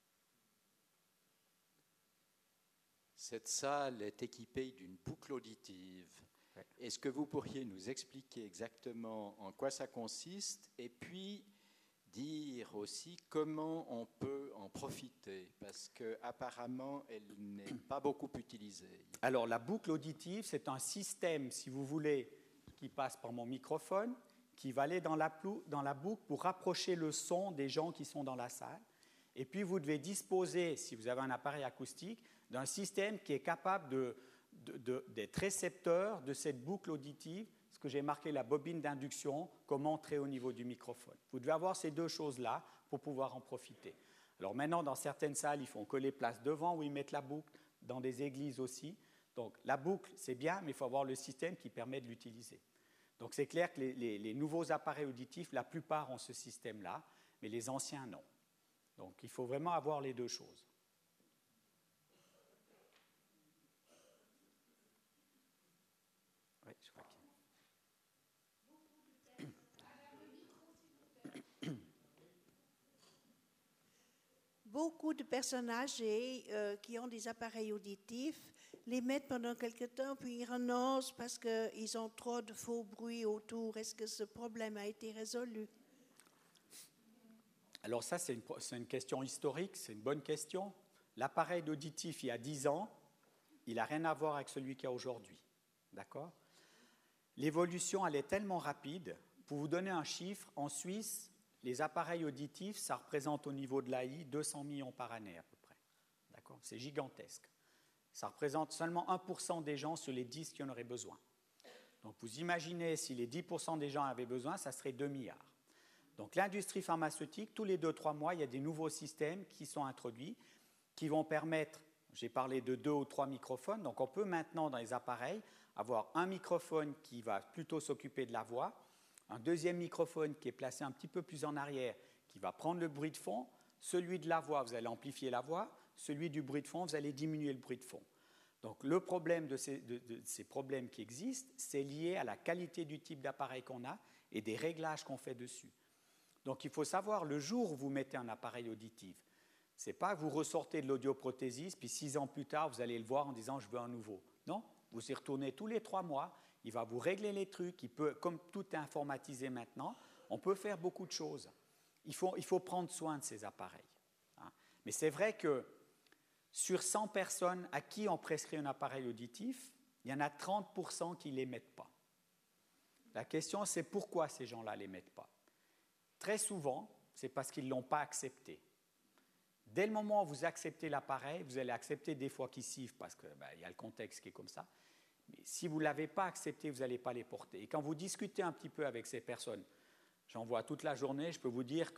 Cette salle est équipée d'une boucle auditive. Ouais. Est-ce que vous pourriez nous expliquer exactement en quoi ça consiste et puis dire aussi comment on peut en profiter, parce qu'apparemment, elle n'est pas beaucoup utilisée. Alors, la boucle auditive, c'est un système, si vous voulez, qui passe par mon microphone, qui va aller dans la boucle pour rapprocher le son des gens qui sont dans la salle. Et puis, vous devez disposer, si vous avez un appareil acoustique, d'un système qui est capable d'être récepteur de cette boucle auditive, ce que j'ai marqué la bobine d'induction, comme entrée au niveau du microphone. Vous devez avoir ces deux choses-là pour pouvoir en profiter. Alors maintenant, dans certaines salles, ils font que les places devant où ils mettent la boucle, dans des églises aussi. Donc la boucle, c'est bien, mais il faut avoir le système qui permet de l'utiliser. Donc c'est clair que les nouveaux appareils auditifs, la plupart ont ce système-là, mais les anciens, non. Donc il faut vraiment avoir les deux choses. Oui, je crois qu'il y a... Beaucoup de personnes âgées qui ont des appareils auditifs les mettent pendant quelque temps, puis ils renoncent parce qu'ils ont trop de faux bruits autour. Est-ce que ce problème a été résolu? Alors ça, c'est une question historique, c'est une bonne question. L'appareil auditif, il y a 10 ans, il n'a rien à voir avec celui qu'il y a aujourd'hui. D'accord? L'évolution, elle est tellement rapide. Pour vous donner un chiffre, en Suisse, les appareils auditifs, ça représente au niveau de l'AI 200 millions par année à peu près. D'accord? C'est gigantesque. Ça représente seulement 1% des gens sur les 10 qui en auraient besoin. Donc vous imaginez, si les 10% des gens avaient besoin, ça serait 2 milliards. Donc l'industrie pharmaceutique, tous les 2-3 mois, il y a des nouveaux systèmes qui sont introduits, qui vont permettre, j'ai parlé de 2 ou 3 microphones, donc on peut maintenant dans les appareils avoir un microphone qui va plutôt s'occuper de la voix, un deuxième microphone qui est placé un petit peu plus en arrière, qui va prendre le bruit de fond. Celui de la voix, vous allez amplifier la voix. Celui du bruit de fond, vous allez diminuer le bruit de fond. Donc le problème de ces problèmes qui existent, c'est lié à la qualité du type d'appareil qu'on a et des réglages qu'on fait dessus. Donc il faut savoir, le jour où vous mettez un appareil auditif, ce n'est pas que vous ressortez de l'audioprothésiste, puis 6 ans plus tard, vous allez le voir en disant « je veux un nouveau ». Non, vous y retournez tous les 3 mois. Il va vous régler les trucs, comme tout est informatisé maintenant, on peut faire beaucoup de choses. Il faut prendre soin de ces appareils. Hein. Mais c'est vrai que sur 100 personnes à qui on prescrit un appareil auditif, il y en a 30% qui ne les mettent pas. La question, c'est pourquoi ces gens-là ne les mettent pas. Très souvent, c'est parce qu'ils ne l'ont pas accepté. Dès le moment où vous acceptez l'appareil, vous allez accepter des fois qu'ils sifflent parce qu'il y a le contexte qui est comme ça. Mais si vous ne l'avez pas accepté, vous n'allez pas les porter. Et quand vous discutez un petit peu avec ces personnes, j'en vois toute la journée, je peux vous dire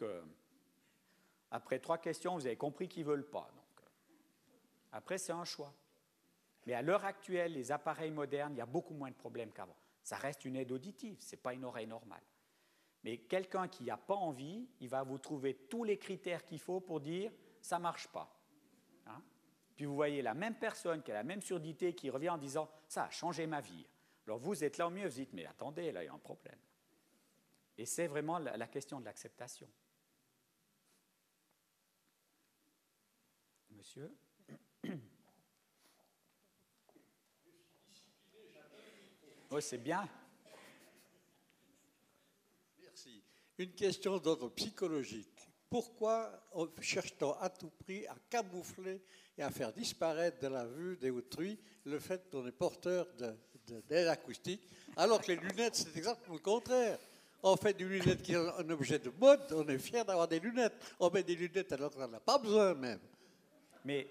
qu'après 3 questions, vous avez compris qu'ils ne veulent pas. Donc, après, c'est un choix. Mais à l'heure actuelle, les appareils modernes, il y a beaucoup moins de problèmes qu'avant. Ça reste une aide auditive, ce n'est pas une oreille normale. Mais quelqu'un qui n'a pas envie, il va vous trouver tous les critères qu'il faut pour dire « ça ne marche pas ». Puis vous voyez la même personne qui a la même surdité qui revient en disant « ça a changé ma vie ». Alors vous êtes là au mieux, vous dites « mais attendez, là il y a un problème ». Et c'est vraiment la question de l'acceptation. Monsieur ? Oui, c'est bien. Merci. Une question d'ordre psychologique. Pourquoi cherche-t-on à tout prix à camoufler et à faire disparaître de la vue d'autrui le fait qu'on est porteur d'aide acoustique, alors que les lunettes, c'est exactement le contraire. On fait des lunettes qui sont un objet de mode, on est fier d'avoir des lunettes. On met des lunettes alors qu'on n'en a pas besoin même. Mais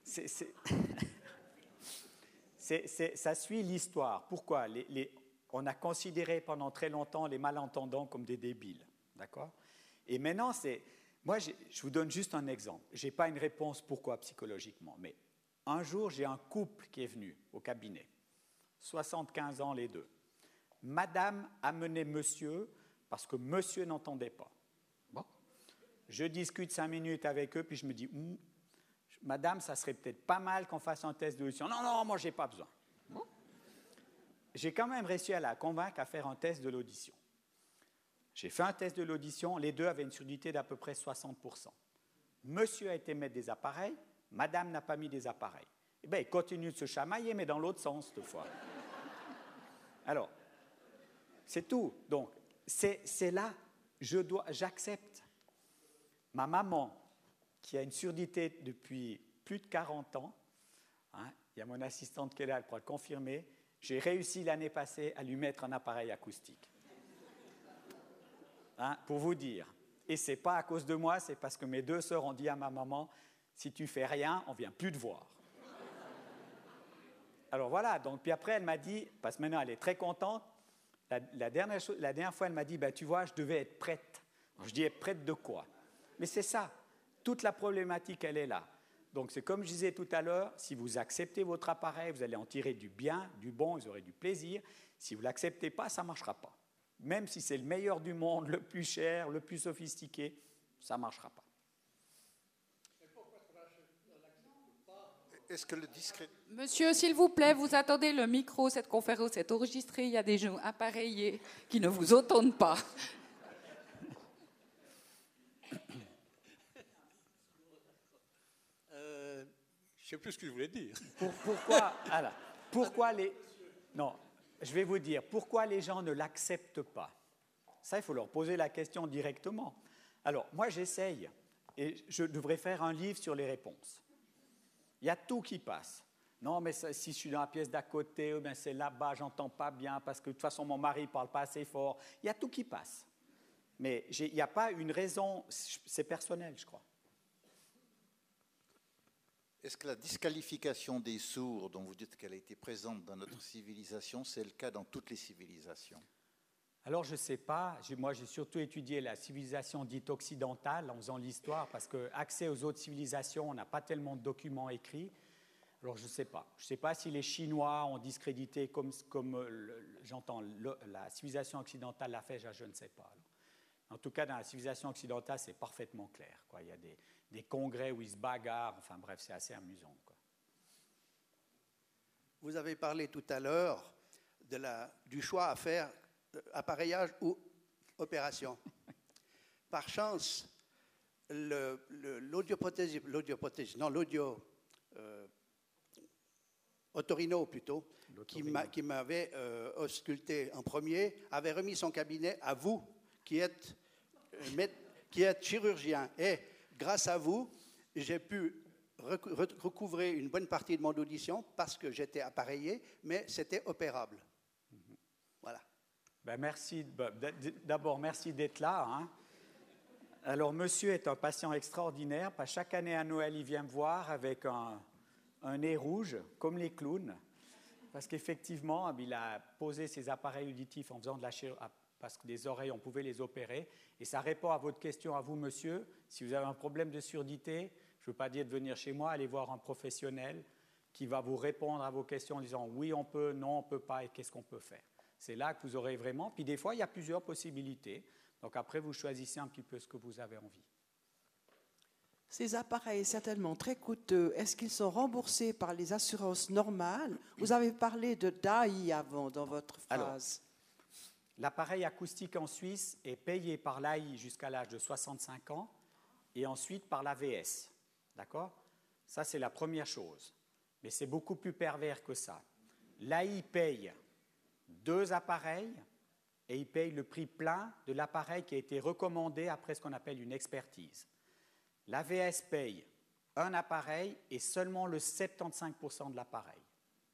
ça suit l'histoire. Pourquoi on a considéré pendant très longtemps les malentendants comme des débiles. D'accord? Et maintenant, moi, je vous donne juste un exemple. Je n'ai pas une réponse pourquoi psychologiquement, mais un jour, j'ai un couple qui est venu au cabinet, 75 ans les deux. Madame amenait monsieur parce que monsieur n'entendait pas. Bon. Je discute 5 minutes avec eux, puis je me dis, madame, ça serait peut-être pas mal qu'on fasse un test d'audition. Non, non, moi, je n'ai pas besoin. Bon. J'ai quand même réussi à la convaincre à faire un test de l'audition. J'ai fait un test de l'audition, les deux avaient une surdité d'à peu près 60%. Monsieur a été mettre des appareils, madame n'a pas mis des appareils. Eh bien, il continue de se chamailler, mais dans l'autre sens, cette fois. Alors, c'est tout. Donc, c'est là, j'accepte. Ma maman, qui a une surdité depuis plus de 40 ans, hein, il y a mon assistante qui est là, elle pourra le confirmer, j'ai réussi l'année passée à lui mettre un appareil acoustique. Hein, pour vous dire. Et ce n'est pas à cause de moi, c'est parce que mes deux sœurs ont dit à ma maman, si tu fais rien, on ne vient plus te voir. Alors voilà, donc, puis après elle m'a dit, parce que maintenant elle est très contente, la dernière fois elle m'a dit, ben, tu vois, je devais être prête. Alors, je dis, être prête de quoi? Mais c'est ça, toute la problématique, elle est là. Donc c'est comme je disais tout à l'heure, si vous acceptez votre appareil, vous allez en tirer du bien, du bon, vous aurez du plaisir. Si vous ne l'acceptez pas, ça ne marchera pas. Même si c'est le meilleur du monde, le plus cher, le plus sophistiqué, ça ne marchera pas. Est-ce que le discret... Monsieur, s'il vous plaît, vous attendez le micro, cette conférence est enregistrée, il y a des gens appareillés qui ne vous entendent pas. Je ne sais plus ce que je voulais dire. Pourquoi les... Non, je vais vous dire, pourquoi les gens ne l'acceptent pas? Ça, il faut leur poser la question directement. Alors, moi, j'essaye, et je devrais faire un livre sur les réponses. Il y a tout qui passe. Non, mais ça, si je suis dans la pièce d'à côté, ben c'est là-bas, j'entends pas bien, parce que de toute façon, mon mari ne parle pas assez fort. Il y a tout qui passe. Mais il n'y a pas une raison, c'est personnel, je crois. Est-ce que la disqualification des sourds, dont vous dites qu'elle a été présente dans notre civilisation, c'est le cas dans toutes les civilisations? Alors, je ne sais pas. Moi, j'ai surtout étudié la civilisation dite occidentale en faisant l'histoire, parce qu'accès aux autres civilisations, on n'a pas tellement de documents écrits. Alors, je ne sais pas. Je ne sais pas si les Chinois ont discrédité comme j'entends la civilisation occidentale l'a fait, je ne sais pas. Alors, en tout cas, dans la civilisation occidentale, c'est parfaitement clair, quoi. Il y a des congrès où ils se bagarrent. Enfin bref, c'est assez amusant, quoi. Vous avez parlé tout à l'heure du choix à faire, appareillage ou opération. Par chance, Otorino plutôt, qui m'avait ausculté en premier, avait remis son cabinet à vous, qui êtes chirurgien. Et grâce à vous, j'ai pu recouvrer une bonne partie de mon audition parce que j'étais appareillé, mais c'était opérable. Voilà. Ben merci. D'abord, merci d'être là. Hein. Alors, monsieur est un patient extraordinaire. Chaque année à Noël, il vient me voir avec un nez rouge, comme les clowns, parce qu'effectivement, il a posé ses appareils auditifs en faisant de la chirurgie, parce que les oreilles, on pouvait les opérer. Et ça répond à votre question, à vous, monsieur. Si vous avez un problème de surdité, je ne veux pas dire de venir chez moi, allez voir un professionnel qui va vous répondre à vos questions en disant oui, on peut, non, on ne peut pas, et qu'est-ce qu'on peut faire. C'est là que vous aurez vraiment. Puis des fois, il y a plusieurs possibilités. Donc après, vous choisissez un petit peu ce que vous avez envie. Ces appareils certainement très coûteux, est-ce qu'ils sont remboursés par les assurances normales? Vous avez parlé de DAI avant dans votre phrase. Alors, l'appareil acoustique en Suisse est payé par l'AI jusqu'à l'âge de 65 ans et ensuite par l'AVS. D'accord? Ça, c'est la première chose. Mais c'est beaucoup plus pervers que ça. L'AI paye 2 appareils et il paye le prix plein de l'appareil qui a été recommandé après ce qu'on appelle une expertise. L'AVS paye un appareil et seulement le 75% de l'appareil. D'accord ?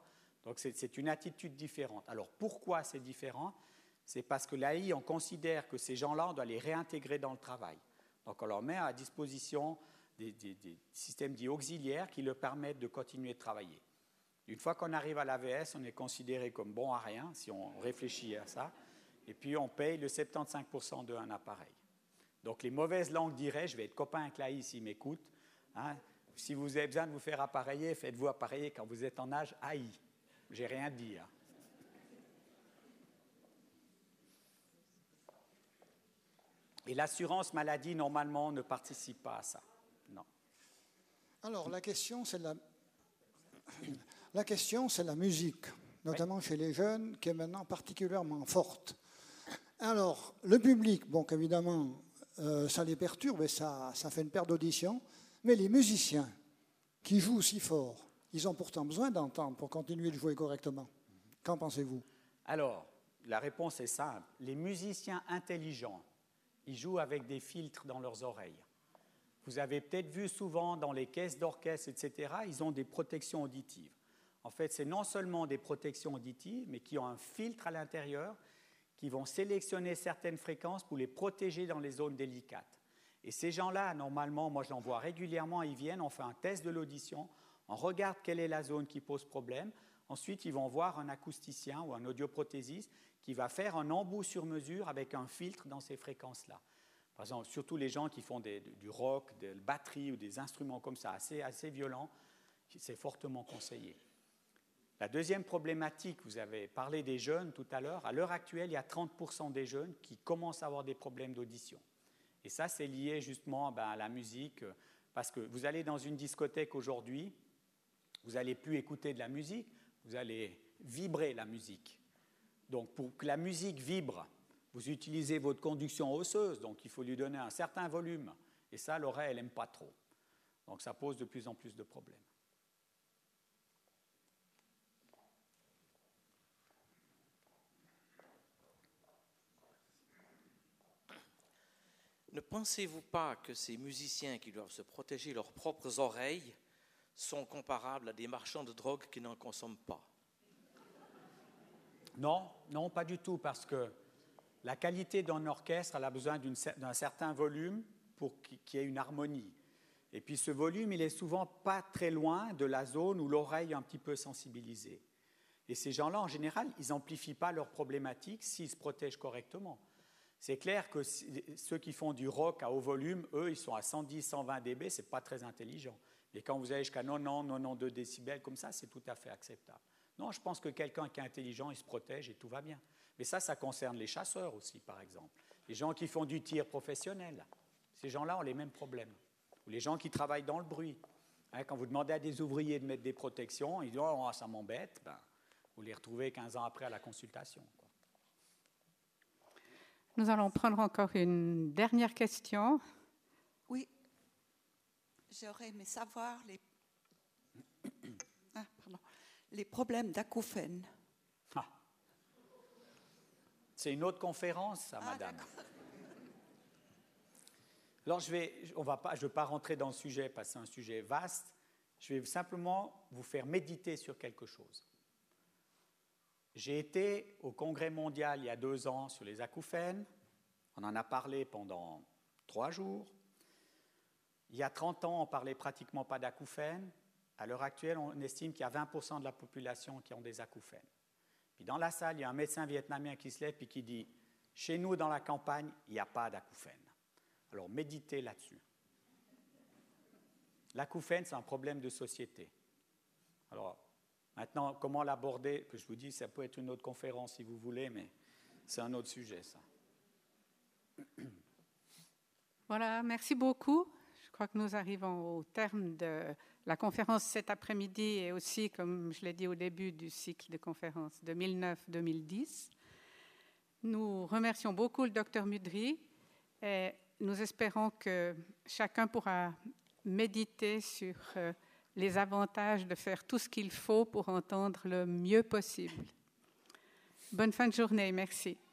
Donc c'est une attitude différente. Alors pourquoi c'est différent ? C'est parce que l'AI, on considère que ces gens-là, on doit les réintégrer dans le travail. Donc on leur met à disposition des systèmes dits auxiliaires qui leur permettent de continuer de travailler. Une fois qu'on arrive à l'AVS, on est considéré comme bon à rien, si on réfléchit à ça, et puis on paye le 75% d'un appareil. Donc les mauvaises langues diraient, je vais être copain avec l'AI s'il m'écoute, hein, si vous avez besoin de vous faire appareiller, faites-vous appareiller quand vous êtes en âge AI. J'ai rien dit. Hein. Et l'assurance maladie, normalement, ne participe pas à ça. Non. Alors, la question, c'est la musique, notamment chez les jeunes, qui est maintenant particulièrement forte. Alors, le public, bon, évidemment, ça les perturbe et ça fait une perte d'audition, mais les musiciens qui jouent si fort, ils ont pourtant besoin d'entendre pour continuer de jouer correctement. Qu'en pensez-vous ? Alors, la réponse est simple. Les musiciens intelligents, ils jouent avec des filtres dans leurs oreilles. Vous avez peut-être vu souvent dans les caisses d'orchestre, etc., ils ont des protections auditives. En fait, c'est non seulement des protections auditives, mais qui ont un filtre à l'intérieur qui vont sélectionner certaines fréquences pour les protéger dans les zones délicates. Et ces gens-là, normalement, moi j'en vois régulièrement, ils viennent, on fait un test de l'audition, on regarde quelle est la zone qui pose problème. Ensuite, ils vont voir un acousticien ou un audioprothésiste qui va faire un embout sur mesure avec un filtre dans ces fréquences-là. Par exemple, surtout les gens qui font du rock, de la batterie ou des instruments comme ça, assez violents, c'est fortement conseillé. La deuxième problématique, vous avez parlé des jeunes tout à l'heure. À l'heure actuelle, il y a 30% des jeunes qui commencent à avoir des problèmes d'audition. Et ça, c'est lié justement à la musique, parce que vous allez dans une discothèque aujourd'hui, vous n'allez plus écouter de la musique, vous allez vibrer la musique. Donc, pour que la musique vibre, vous utilisez votre conduction osseuse, donc il faut lui donner un certain volume. Et ça, l'oreille, elle n'aime pas trop. Donc, ça pose de plus en plus de problèmes. Ne pensez-vous pas que ces musiciens qui doivent se protéger leurs propres oreilles sont comparables à des marchands de drogue qui n'en consomment pas ? Non, pas du tout, parce que la qualité d'un orchestre, elle a besoin d'un certain volume pour qu'il y ait une harmonie. Et puis ce volume, il est souvent pas très loin de la zone où l'oreille est un petit peu sensibilisée. Et ces gens-là, en général, ils n'amplifient pas leurs problématiques s'ils se protègent correctement. C'est clair que ceux qui font du rock à haut volume, eux, ils sont à 110, 120 dB, ce n'est pas très intelligent. Mais quand vous allez jusqu'à 90, 92 décibels, comme ça, c'est tout à fait acceptable. Non, je pense que quelqu'un qui est intelligent, il se protège et tout va bien. Mais ça concerne les chasseurs aussi, par exemple. Les gens qui font du tir professionnel, ces gens-là ont les mêmes problèmes. Ou les gens qui travaillent dans le bruit. Quand vous demandez à des ouvriers de mettre des protections, ils disent « Oh, ça m'embête », vous les retrouvez 15 ans après à la consultation. Nous allons prendre encore une dernière question. Oui, j'aurais aimé savoir les problèmes d'acouphènes. C'est une autre conférence, ça, madame. D'accord. Alors, je ne vais pas rentrer dans le sujet parce que c'est un sujet vaste. Je vais simplement vous faire méditer sur quelque chose. J'ai été au Congrès mondial il y a 2 ans sur les acouphènes. On en a parlé pendant 3 jours. Il y a 30 ans, on ne parlait pratiquement pas d'acouphènes. À l'heure actuelle, on estime qu'il y a 20% de la population qui ont des acouphènes. Puis dans la salle, il y a un médecin vietnamien qui se lève et qui dit « Chez nous, dans la campagne, il n'y a pas d'acouphènes. » Alors, méditez là-dessus. L'acouphène, c'est un problème de société. Alors, maintenant, comment l'aborder ? Je vous dis, ça peut être une autre conférence si vous voulez, mais c'est un autre sujet, ça. Voilà, merci beaucoup. Je crois que nous arrivons au terme de la conférence cet après-midi et aussi, comme je l'ai dit au début, du cycle de conférences 2009-2010. Nous remercions beaucoup le Dr Mudry et nous espérons que chacun pourra méditer sur les avantages de faire tout ce qu'il faut pour entendre le mieux possible. Bonne fin de journée, merci.